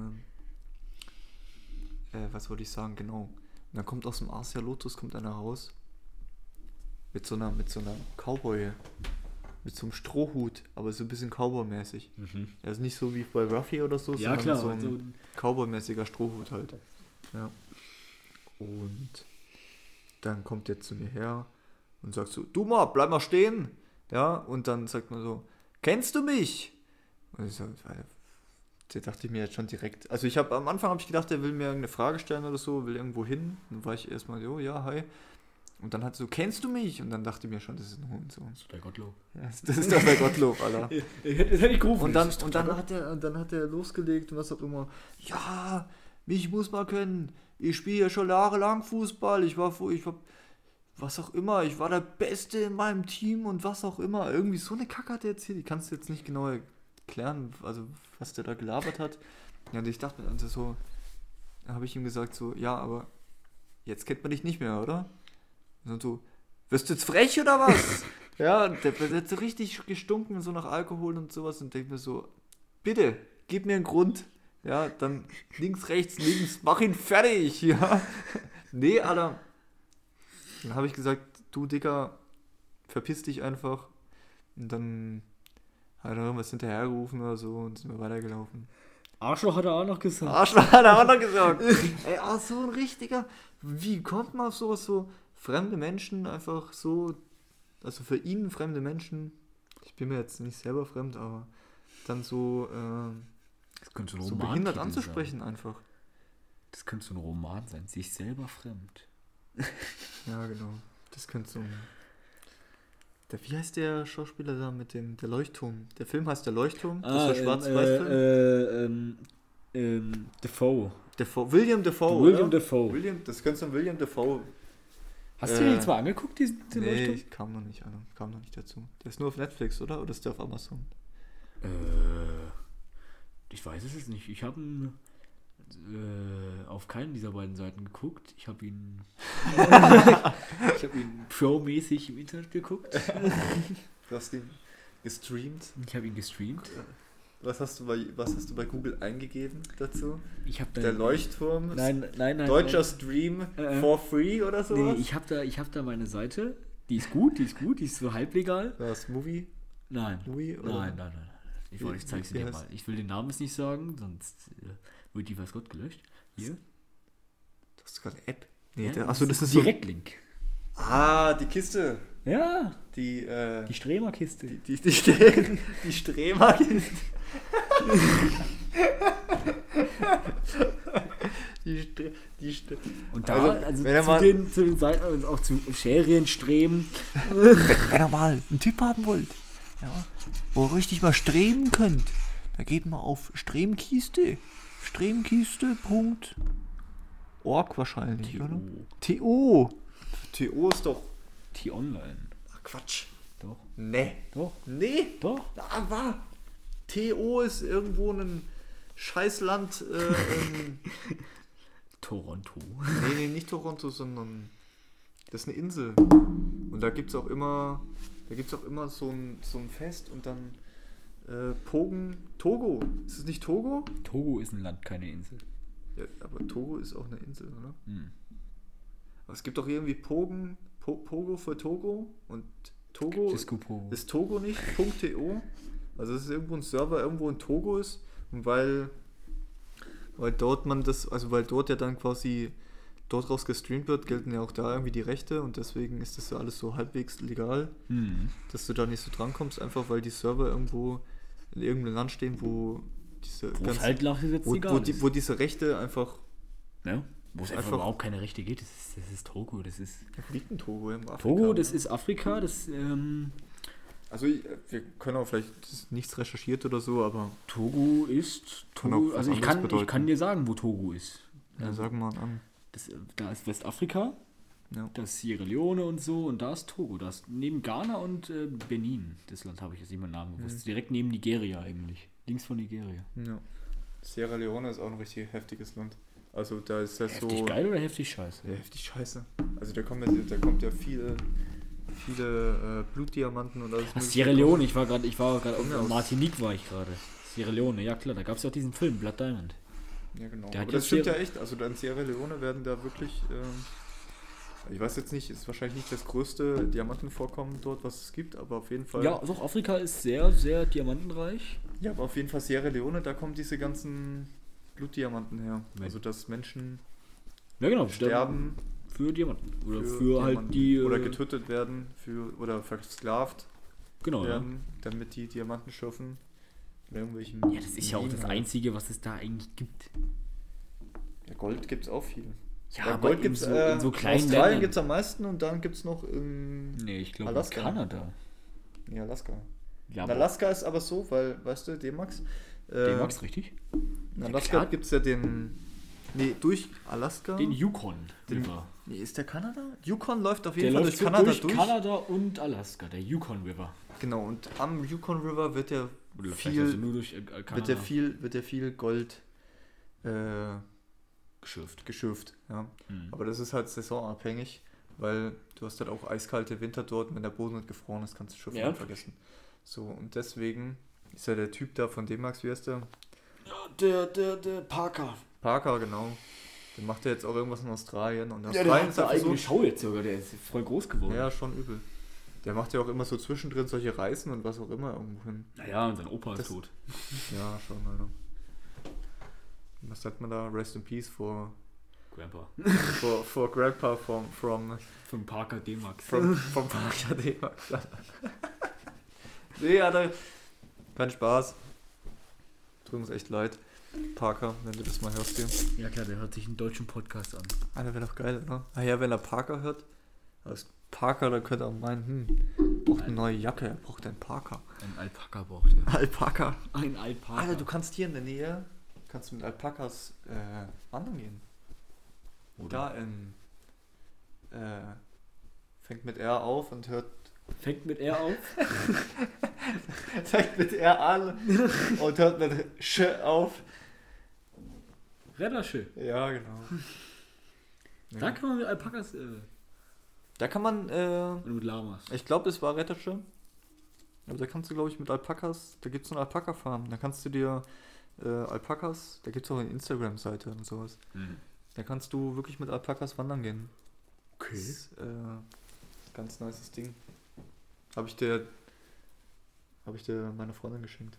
was wollte ich sagen, genau. Und dann kommt aus dem Asia-Lotus, kommt einer raus. Mit so einer Cowboy, mit so einem Strohhut, aber so ein bisschen Cowboy-mäßig. Also nicht so wie bei Ruffy oder so, ja, sondern klar, so ein Cowboy-mäßiger Strohhut halt. Ja. Und dann kommt der zu mir her und sagt so, du mal, bleib mal stehen. Ja, und dann sagt man so, kennst du mich? Und ich so, der dachte ich mir jetzt schon direkt. Also am Anfang habe ich gedacht, der will mir irgendeine Frage stellen oder so, will irgendwo hin. Dann war ich erstmal so, ja, hi. Und dann hat so, kennst du mich? Und dann dachte ich mir schon, das ist ein Hund. So. Das ist der Gottlob. Ja, das ist doch der Gottlob, Alter. Das hätte ich gerufen. Und dann hat er losgelegt und was auch immer. Ja, mich muss man können. Ich spiele ja schon jahrelang Fußball. Ich war was auch immer. Ich war der Beste in meinem Team und was auch immer. Irgendwie so eine Kacke hat er erzählt. Ich kann es jetzt nicht genau erklären. Also was der da gelabert hat. Ja, und ich dachte mir dann so, da habe ich ihm gesagt so, ja, aber jetzt kennt man dich nicht mehr, oder? Und dann so, wirst du jetzt frech oder was? Ja, der hat so richtig gestunken, so nach Alkohol und sowas und denkt mir so, bitte, gib mir einen Grund. Ja, dann links, rechts, mach ihn fertig, ja. Nee, Alter. Dann habe ich gesagt, du Dicker, verpiss dich einfach. Und dann hat er irgendwas hinterhergerufen oder so und sind wir weitergelaufen. Arschloch hat er auch noch gesagt. Arschloch hat er auch noch gesagt. Ey, so ein richtiger. Wie kommt man auf sowas so? Fremde Menschen einfach so, also für ihn fremde Menschen, ich bin mir jetzt nicht selber fremd, aber dann so, das könnte so behindert anzusprechen sein. Einfach. Das könnte so ein Roman sein, sich selber fremd. Ja, genau. Das könnte so ein... Wie heißt der Schauspieler da mit dem, der Leuchtturm? Der Film heißt Der Leuchtturm, das ist der Schwarz-Weiß-Film. Dafoe. William Dafoe, William Dafoe. Das könnte so ein William Dafoe. Hast du den zwar angeguckt, diesen nee, Leuchtturm? Ich kam noch nicht dazu. Der ist nur auf Netflix, oder? Oder ist der auf Amazon? Ich weiß es jetzt nicht. Ich habe ihn auf keinen dieser beiden Seiten geguckt. Ich habe ihn Pro-mäßig im Internet geguckt. Du hast ihn gestreamt? Ich habe ihn gestreamt. Was hast du bei Google eingegeben dazu? Ich habe der Leuchtturm? Nein. Deutscher Stream for free oder so? Nee, ich hab da meine Seite. Die ist gut, die ist so halblegal. Das Movie? Nein. Movie, oder? Nein. Ich zeig's dir mal. Ich will den Namen jetzt nicht sagen, sonst wird die weiß Gott gelöscht. Hier. Du hast gerade eine App? Nee, ja, achso, das ist Direktlink. Die Kiste. Ja. Die Stremer-Kiste. Die Stremer-Kiste. Und da, also zu den Seiten, also auch zu Serienstreben. Wenn ihr mal einen Typ haben wollt, ja, wo ihr richtig mal streben könnt, da geht mal auf Stremkiste. Stremkiste.org wahrscheinlich, TO. oder? TO ist doch... T-Online. Ach, Quatsch. Doch. Nee. Doch. Nee. Doch. Aber TO ist irgendwo ein Scheißland. Toronto. Nee, nicht Toronto, sondern das ist eine Insel. Und da gibt's auch immer so ein Fest und dann Togo. Ist es nicht Togo? Togo ist ein Land, keine Insel. Ja, aber Togo ist auch eine Insel, oder? Hm. Aber es gibt doch irgendwie Pogo für Togo und Togo ist Togo nicht, .to. Also es ist irgendwo ein Server irgendwo in Togo ist und weil dort weil dort ja dann quasi dort raus gestreamt wird, gelten ja auch da irgendwie die Rechte und deswegen ist das ja alles so halbwegs legal, dass du da nicht so drankommst, einfach weil die Server irgendwo in irgendeinem Land stehen, wo diese wo diese Rechte einfach wo es einfach überhaupt keine Rechte geht. Das ist Togo, das ist... Wo liegt denn Togo? Afrika, Togo, das ist Afrika, das... Also wir können auch vielleicht nichts recherchiert oder so, aber... Togo ist... also ich kann dir sagen, wo Togo ist. Ja, sag mal an. Da ist Westafrika, das ist Sierra Leone und so, und da ist Togo. Da ist neben Ghana und Benin, das Land habe ich jetzt nicht mehr den Namen gewusst. Direkt neben Nigeria eigentlich. Links von Nigeria. Ja. Sierra Leone ist auch ein richtig heftiges Land. Also da ist das heftig geil oder heftig scheiße? Ja, heftig scheiße. Also da kommt ja viele Blutdiamanten und alles. Sierra Leone, ich war gerade auf Martinique war ich gerade. Sierra Leone, ja klar, da gab es ja auch diesen Film, Blood Diamond. Ja genau, aber das stimmt ja echt. Also da in Sierra Leone werden da wirklich, ich weiß jetzt nicht, ist wahrscheinlich nicht das größte Diamantenvorkommen dort, was es gibt, aber auf jeden Fall... Ja, also auch Afrika ist sehr, sehr diamantenreich. Ja, aber auf jeden Fall Sierra Leone, da kommen diese ganzen Blutdiamanten her. Also dass Menschen sterben für Diamanten. Oder für Diamanten. halt die... Oder getötet werden oder versklavt werden, ja. damit die Diamanten schürfen. Ja, das ist ja auch das Einzige, was es da eigentlich gibt. Ja, Gold gibt es auch viel. Ja, aber Gold gibt es in so kleinen Australien Ländern. gibt es am meisten und dann gibt es noch in ich glaube Alaska. Kanada. Ja, Alaska. Ja, in Alaska ist aber so, weil, weißt du, D-Max? D-Max, richtig? In Alaska gibt es ja den Nee, durch Alaska. Den Yukon River. Nee, ist der Kanada? Yukon läuft auf Der jeden Fall läuft durch Kanada und Alaska, der Yukon River. Genau, und am Yukon River wird ja Oder vielleicht also nur durch Kanada wird ja viel Gold geschürft. Ja. Aber das ist halt saisonabhängig, weil du hast halt auch eiskalte Winter dort, wenn der Boden nicht gefroren ist, kannst du Schiffen halt vergessen. So, und deswegen ist ja der Typ da von D-Max, wie heißt der? Ja, der Parker. Parker, genau. Der macht ja jetzt auch irgendwas in Australien. Und Ja, der hat eine eigene Show jetzt sogar, der ist voll groß geworden. Ja, schon übel. Der macht ja auch immer so zwischendrin solche Reisen und was auch immer irgendwo hin. Naja, und sein Opa ist tot. Ja, schon, Alter. Was sagt man da? Rest in Peace for Grandpa. for Grandpa from Parker D-Max. Vom Parker D-Max. Nee, Alter. Kein Spaß. Tut uns echt leid. Parker, wenn du das mal hörst hier. Ja klar, der hört sich einen deutschen Podcast an. Alter, wäre doch geil, oder? Ah ja, wenn er Parker hört. Als Parker, dann könnte er meinen, braucht eine neue Jacke, er braucht einen Parker. Ein Alpaka braucht er. Alpaka. Ein Alpaka. Alter, du kannst hier in der Nähe, kannst du mit Alpakas wandern gehen. Oder? Da fängt mit R auf und hört... Fängt mit R auf? Fängt mit R an und hört mit Sch auf. Rennersche. Ja, genau. Da kann man mit Alpakas... Da kann man... und mit Lamas. Ich glaube, das war Rettersche. Aber da kannst du, glaube ich, mit Alpakas... Da gibt es so eine Alpaka-Farm. Da kannst du dir Alpakas... Da gibt es auch eine Instagram-Seite und sowas. Da kannst du wirklich mit Alpakas wandern gehen. Okay. Das ist ganz nices Ding. Habe ich dir meiner Freundin geschenkt.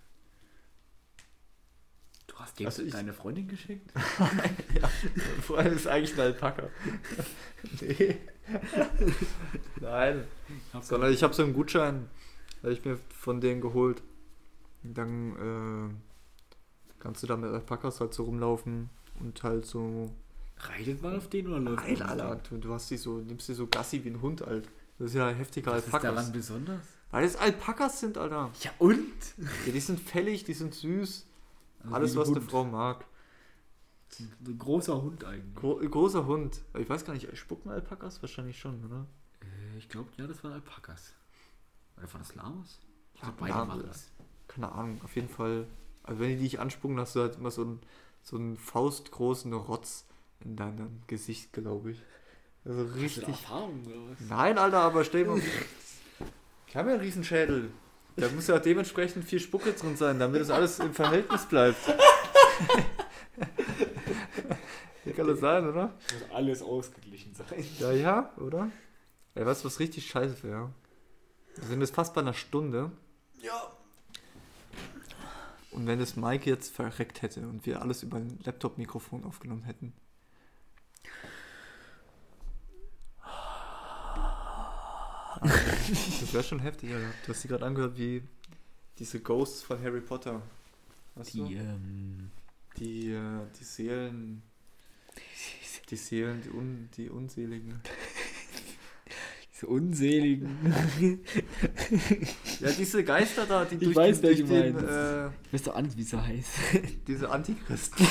Du hast dir deine Freundin geschenkt? Ja, meine Freundin ist eigentlich ein Alpaka. Nee. Nein. Sondern ich habe so einen Gutschein, habe ich mir von denen geholt. Und dann kannst du da mit Alpakas halt so rumlaufen und halt so... Reitet man auf den oder läuft man? Nein, Alter, du hast nimmst die so Gassi wie ein Hund, Alter. Das ist ja ein heftiger Alpakas. Was ist daran besonders? Weil das Alpakas sind, Alter. Ja und? Ja, die sind fällig, die sind süß. Also alles, was eine Frau mag. Ein großer Hund eigentlich. Großer Hund. Ich weiß gar nicht, spucken Alpakas? Wahrscheinlich schon, oder? Ich glaube, ja, das waren Alpakas. Oder waren das Lamas? Ja, beide waren das. Keine Ahnung, auf jeden Fall. Also wenn die dich anspucken, hast du halt immer so einen faustgroßen Rotz in deinem Gesicht, glaube ich. Also richtig. Hast du da Erfahrung oder was? Nein, Alter, aber stell dir mal. Ich habe ja einen Schädel. Da muss ja dementsprechend viel Spucke drin sein, damit das alles im Verhältnis bleibt. Kann das sein, oder? Muss alles ausgeglichen sein. Ja, oder? Ey, weißt du, was richtig scheiße wäre? Wir sind jetzt fast bei einer Stunde. Ja. Und wenn das Mike jetzt verreckt hätte und wir alles über ein Laptop-Mikrofon aufgenommen hätten. Das wäre schon heftig, Alter. Du hast sie gerade angehört wie diese Ghosts von Harry Potter. Weißt du? Die Seelen. Die Seelen, die Unseligen. Diese Unseligen. Ja, diese Geister da, die ich weiß, durch den... ich weiß doch auch nicht, wie sie heißt. Diese Antichristen.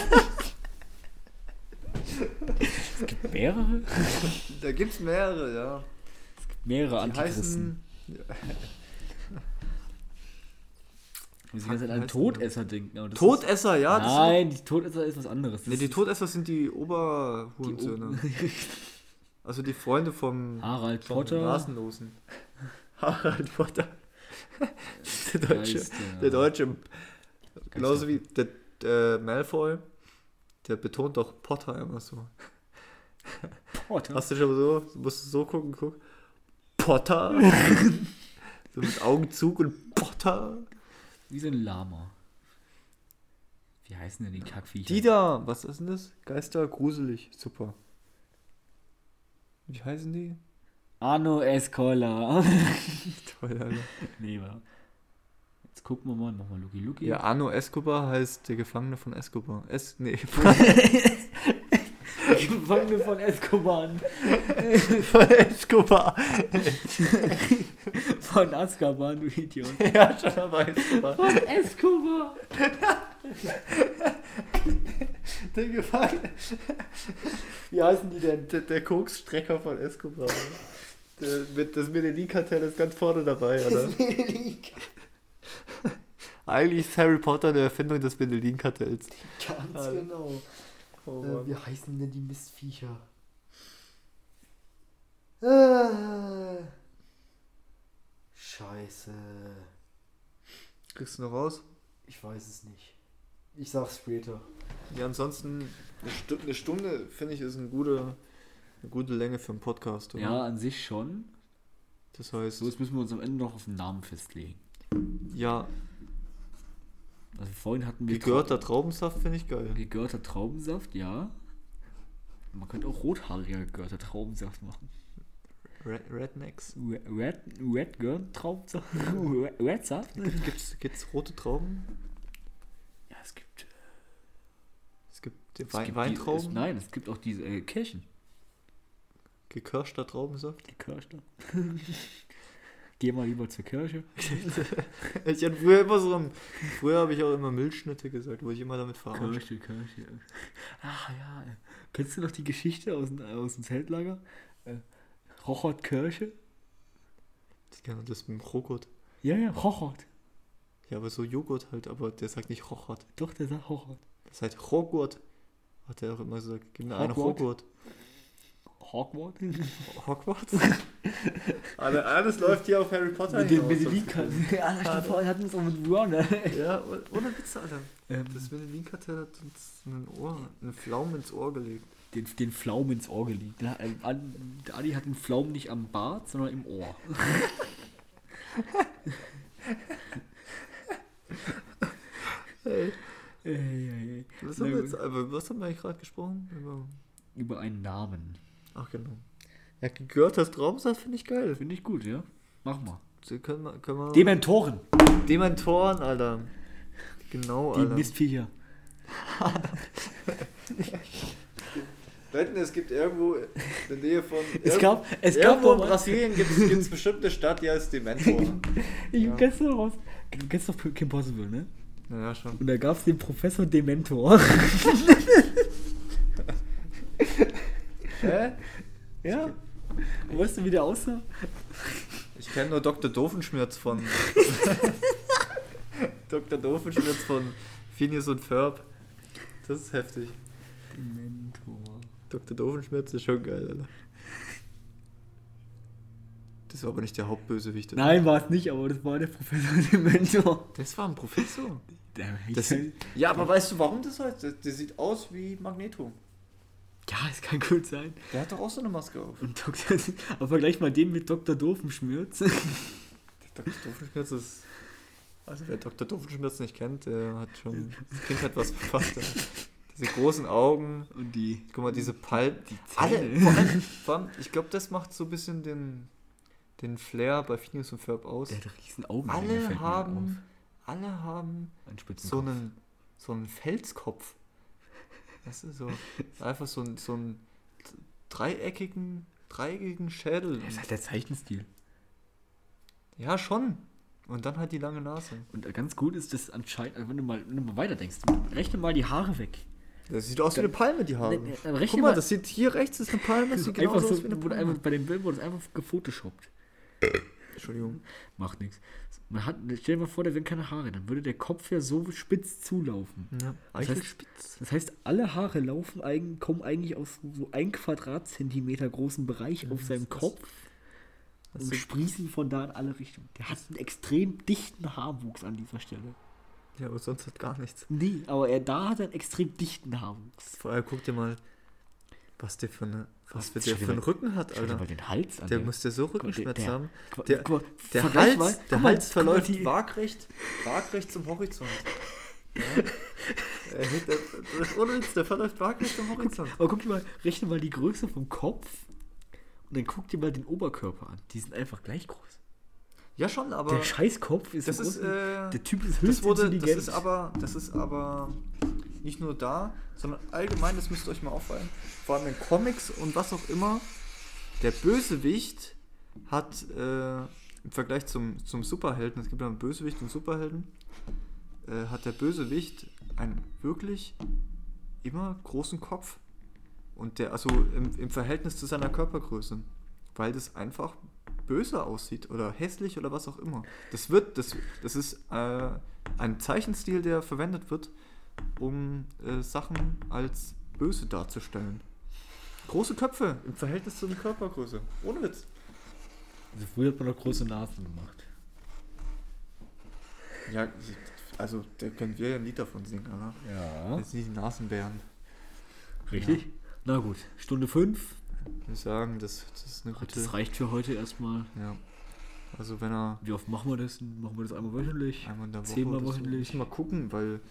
Es gibt mehrere? Da gibt's mehrere, ja. Es gibt mehrere Antichristen. Muss ich jetzt an einen Todesser denken. Aber Todesser, ja. Nein, die Todesser ist was anderes. Ne, die Todesser sind die Oberhurensöhne. Also die Freunde vom Harald Potter. Nasenlosen. Harald Potter. Der Deutsche. Genauso wie der Malfoy. Der betont doch Potter immer so. Potter? Hast du schon so, musst du so gucken, guck. Potter. So mit Augenzug und Potter. Wie so ein Lama. Wie heißen denn die Kackviecher? Die da, was ist denn das? Geister, gruselig, super. Wie heißen die? Arno Escola. Toll, Alter. Nee, wa? Jetzt gucken wir mal, nochmal Lucky Lucky. Ja, Arno Escobar heißt der Gefangene von Escobar. Gefangene von Escobar. Von Escobar. Von Azkaban, du Idiot. Ja, schon aber Escobar. Von Escobar. Den Gefangenen. Wie heißen die denn? Der Koksstrecker von Escobar. Das Medellin-Kartell ist ganz vorne dabei, oder? Das Medellin-Kartell. Eigentlich ist Harry Potter eine Erfindung des Medellin-Kartells. Ganz genau. Oh, Wie heißen denn die Mistviecher? Scheiße. Kriegst du noch raus? Ich weiß es nicht. Ich sag's später. Ja, ansonsten eine Stunde, finde ich, ist eine gute Länge für einen Podcast, oder? Ja, an sich schon. Das heißt... So, jetzt müssen wir uns am Ende noch auf den Namen festlegen. Ja. Also vorhin hatten wir... Gegörter Traubensaft finde ich geil. Gegörter Traubensaft, ja. Man könnte auch rothaariger gegörter Traubensaft machen. Rednecks. Red Girl Traubensaft? Redsaft? Gibt's rote Trauben? Ja, es gibt... Es gibt Weintrauben? Nein, es gibt auch diese Kirchen. Gekirschter Traubensaft? Gekirschter. Geh mal lieber zur Kirche. Ich hatte früher immer früher habe ich auch immer Milchschnitte gesagt, wo ich immer damit verarscht. Kirche. Ach ja. Kennst du noch die Geschichte aus dem Zeltlager? Rochert Kirche? Ich kenne das mit dem Joghurt. Ja, Rochert. Ja, aber so Joghurt halt, aber der sagt nicht Rochert. Doch, der sagt Rochert. Das heißt Joghurt. Hat er auch immer gesagt. Gib mir einen Joghurt. Hogwarts? Hogwarts? Alles läuft hier auf Harry Potter mit dem Medellin-Kartell. Ja, hatten wir es auch mit Warner. Ja, ohne Witze, Alter. Das Medellin-Kartell hat uns einen Pflaumen ins Ohr gelegt. Den Pflaumen ins Ohr gelegt. Der Adi hat den Pflaumen nicht am Bart, sondern im Ohr. Hey. Was haben wir eigentlich gerade gesprochen? Über einen Namen. Ach genau. Ja, gegörtes Traumsaft finde ich geil. Finde ich gut, ja. Mach mal. Können wir Dementoren, Alter. Genau, Alter. Die Mistviecher. Wetten, es gibt irgendwo in der Nähe von... Es gab irgendwo in Brasilien gibt es bestimmt eine Stadt, die heißt Dementor. Kennst du doch Kim Possible, ne? Naja, schon. Und da gab es den Professor Dementor. Hä? Ja. Und weißt du, wie der aussah? Ich kenne nur Dr. Doofenschmerz von... Dr. Doofenschmerz von Phineas und Ferb. Das ist heftig. Dementor. Dr. Doofenschmerz ist schon geil, Alter. Das war aber nicht der Hauptbösewicht. Oder? Nein, war es nicht, aber das war der Professor Dementor. Das war ein Professor? Ja, aber weißt du, warum das heißt? Der sieht aus wie Magneto. Ja, es kann gut sein. Der hat doch auch so eine Maske auf. Aber vergleich mal den mit Dr. Doofenschmerz. Dr. Doofenschmerz ist... Also wer Dr. Doofenschmerz nicht kennt, der hat schon... Das Kind hat was verfasst. Diese großen Augen und guck mal, diese Palmen. Die Zähne. Vor allem, ich glaube, das macht so ein bisschen den Flair bei Phineas und Ferb aus. Der hat riesen Augen. Alle haben so einen Felskopf. Das ist so einfach so einen dreieckigen Schädel. Das ist halt der Zeichenstil. Ja, schon. Und dann halt die lange Nase. Und ganz gut ist das anscheinend, wenn du mal weiter denkst, rechne mal die Haare weg. Das sieht aus wie eine Palme, die Haare. Guck mal, das sieht hier rechts ist eine Palme, das sieht genau aus wie eine Palme. Bei dem Bild wurde es einfach gefotoshoppt. Entschuldigung. Macht nichts. Stell dir mal vor, der wären keine Haare, dann würde der Kopf ja so spitz zulaufen. Ja, das heißt, alle Haare kommen eigentlich aus so 1 Quadratzentimeter großen Bereich auf seinem Kopf und sprießen von da in alle Richtungen. Der hat einen extrem dichten Haarwuchs an dieser Stelle. Ja, aber sonst hat gar nichts. Nee, aber da hat er einen extrem dichten Haarwuchs. Vor allem guck dir mal, was der für einen Rücken hat, Alter. Schau dir mal den Hals an. Der muss ja so Rückenschmerz haben. Der Hals verläuft waagrecht zum Horizont. Ja. Ohne Witz, der verläuft waagrecht zum Horizont. Aber rechne mal die Größe vom Kopf und dann guck dir mal den Oberkörper an. Die sind einfach gleich groß. Ja, schon, aber... Der Scheißkopf ist... der Typ ist höchst intelligent. Das ist aber nicht nur da, sondern allgemein, das müsst ihr euch mal auffallen, vor allem in Comics und was auch immer, der Bösewicht hat im Vergleich zum Superhelden, es gibt ja einen Bösewicht und Superhelden, hat der Bösewicht ein wirklich immer großen Kopf. Und der, also im Verhältnis zu seiner Körpergröße. Weil das einfach böse aussieht oder hässlich oder was auch immer. Das ist ein Zeichenstil, der verwendet wird, um Sachen als böse darzustellen. Große Köpfe im Verhältnis zur Körpergröße. Ohne Witz. Also früher hat man noch große Nasen gemacht. Ja, also da können wir ja ein Lied davon singen, oder? Ja. Das sind die Nasenbären. Richtig? Ja. Na gut, Stunde 5. Ich würde sagen, das ist eine gute... Das reicht für heute erstmal. Ja. Also wenn er... Wie oft machen wir das? Machen wir das einmal wöchentlich? Einmal in der Woche. 10-mal wöchentlich? Müssen wir mal gucken, weil...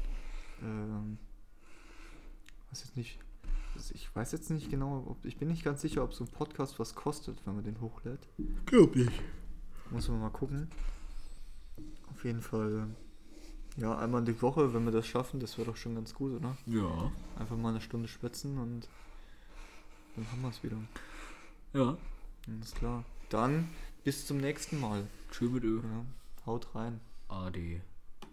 Ich weiß jetzt nicht genau, ich bin nicht ganz sicher, ob so ein Podcast was kostet, wenn man den hochlädt. Glaub nicht. Muss man mal gucken. Auf jeden Fall, ja, einmal in die Woche, wenn wir das schaffen, das wäre doch schon ganz gut, oder? Ja. Einfach mal eine Stunde schwätzen und dann haben wir es wieder. Ja. Alles klar. Dann bis zum nächsten Mal. Tschö mit Ö. Ja, haut rein. Ade.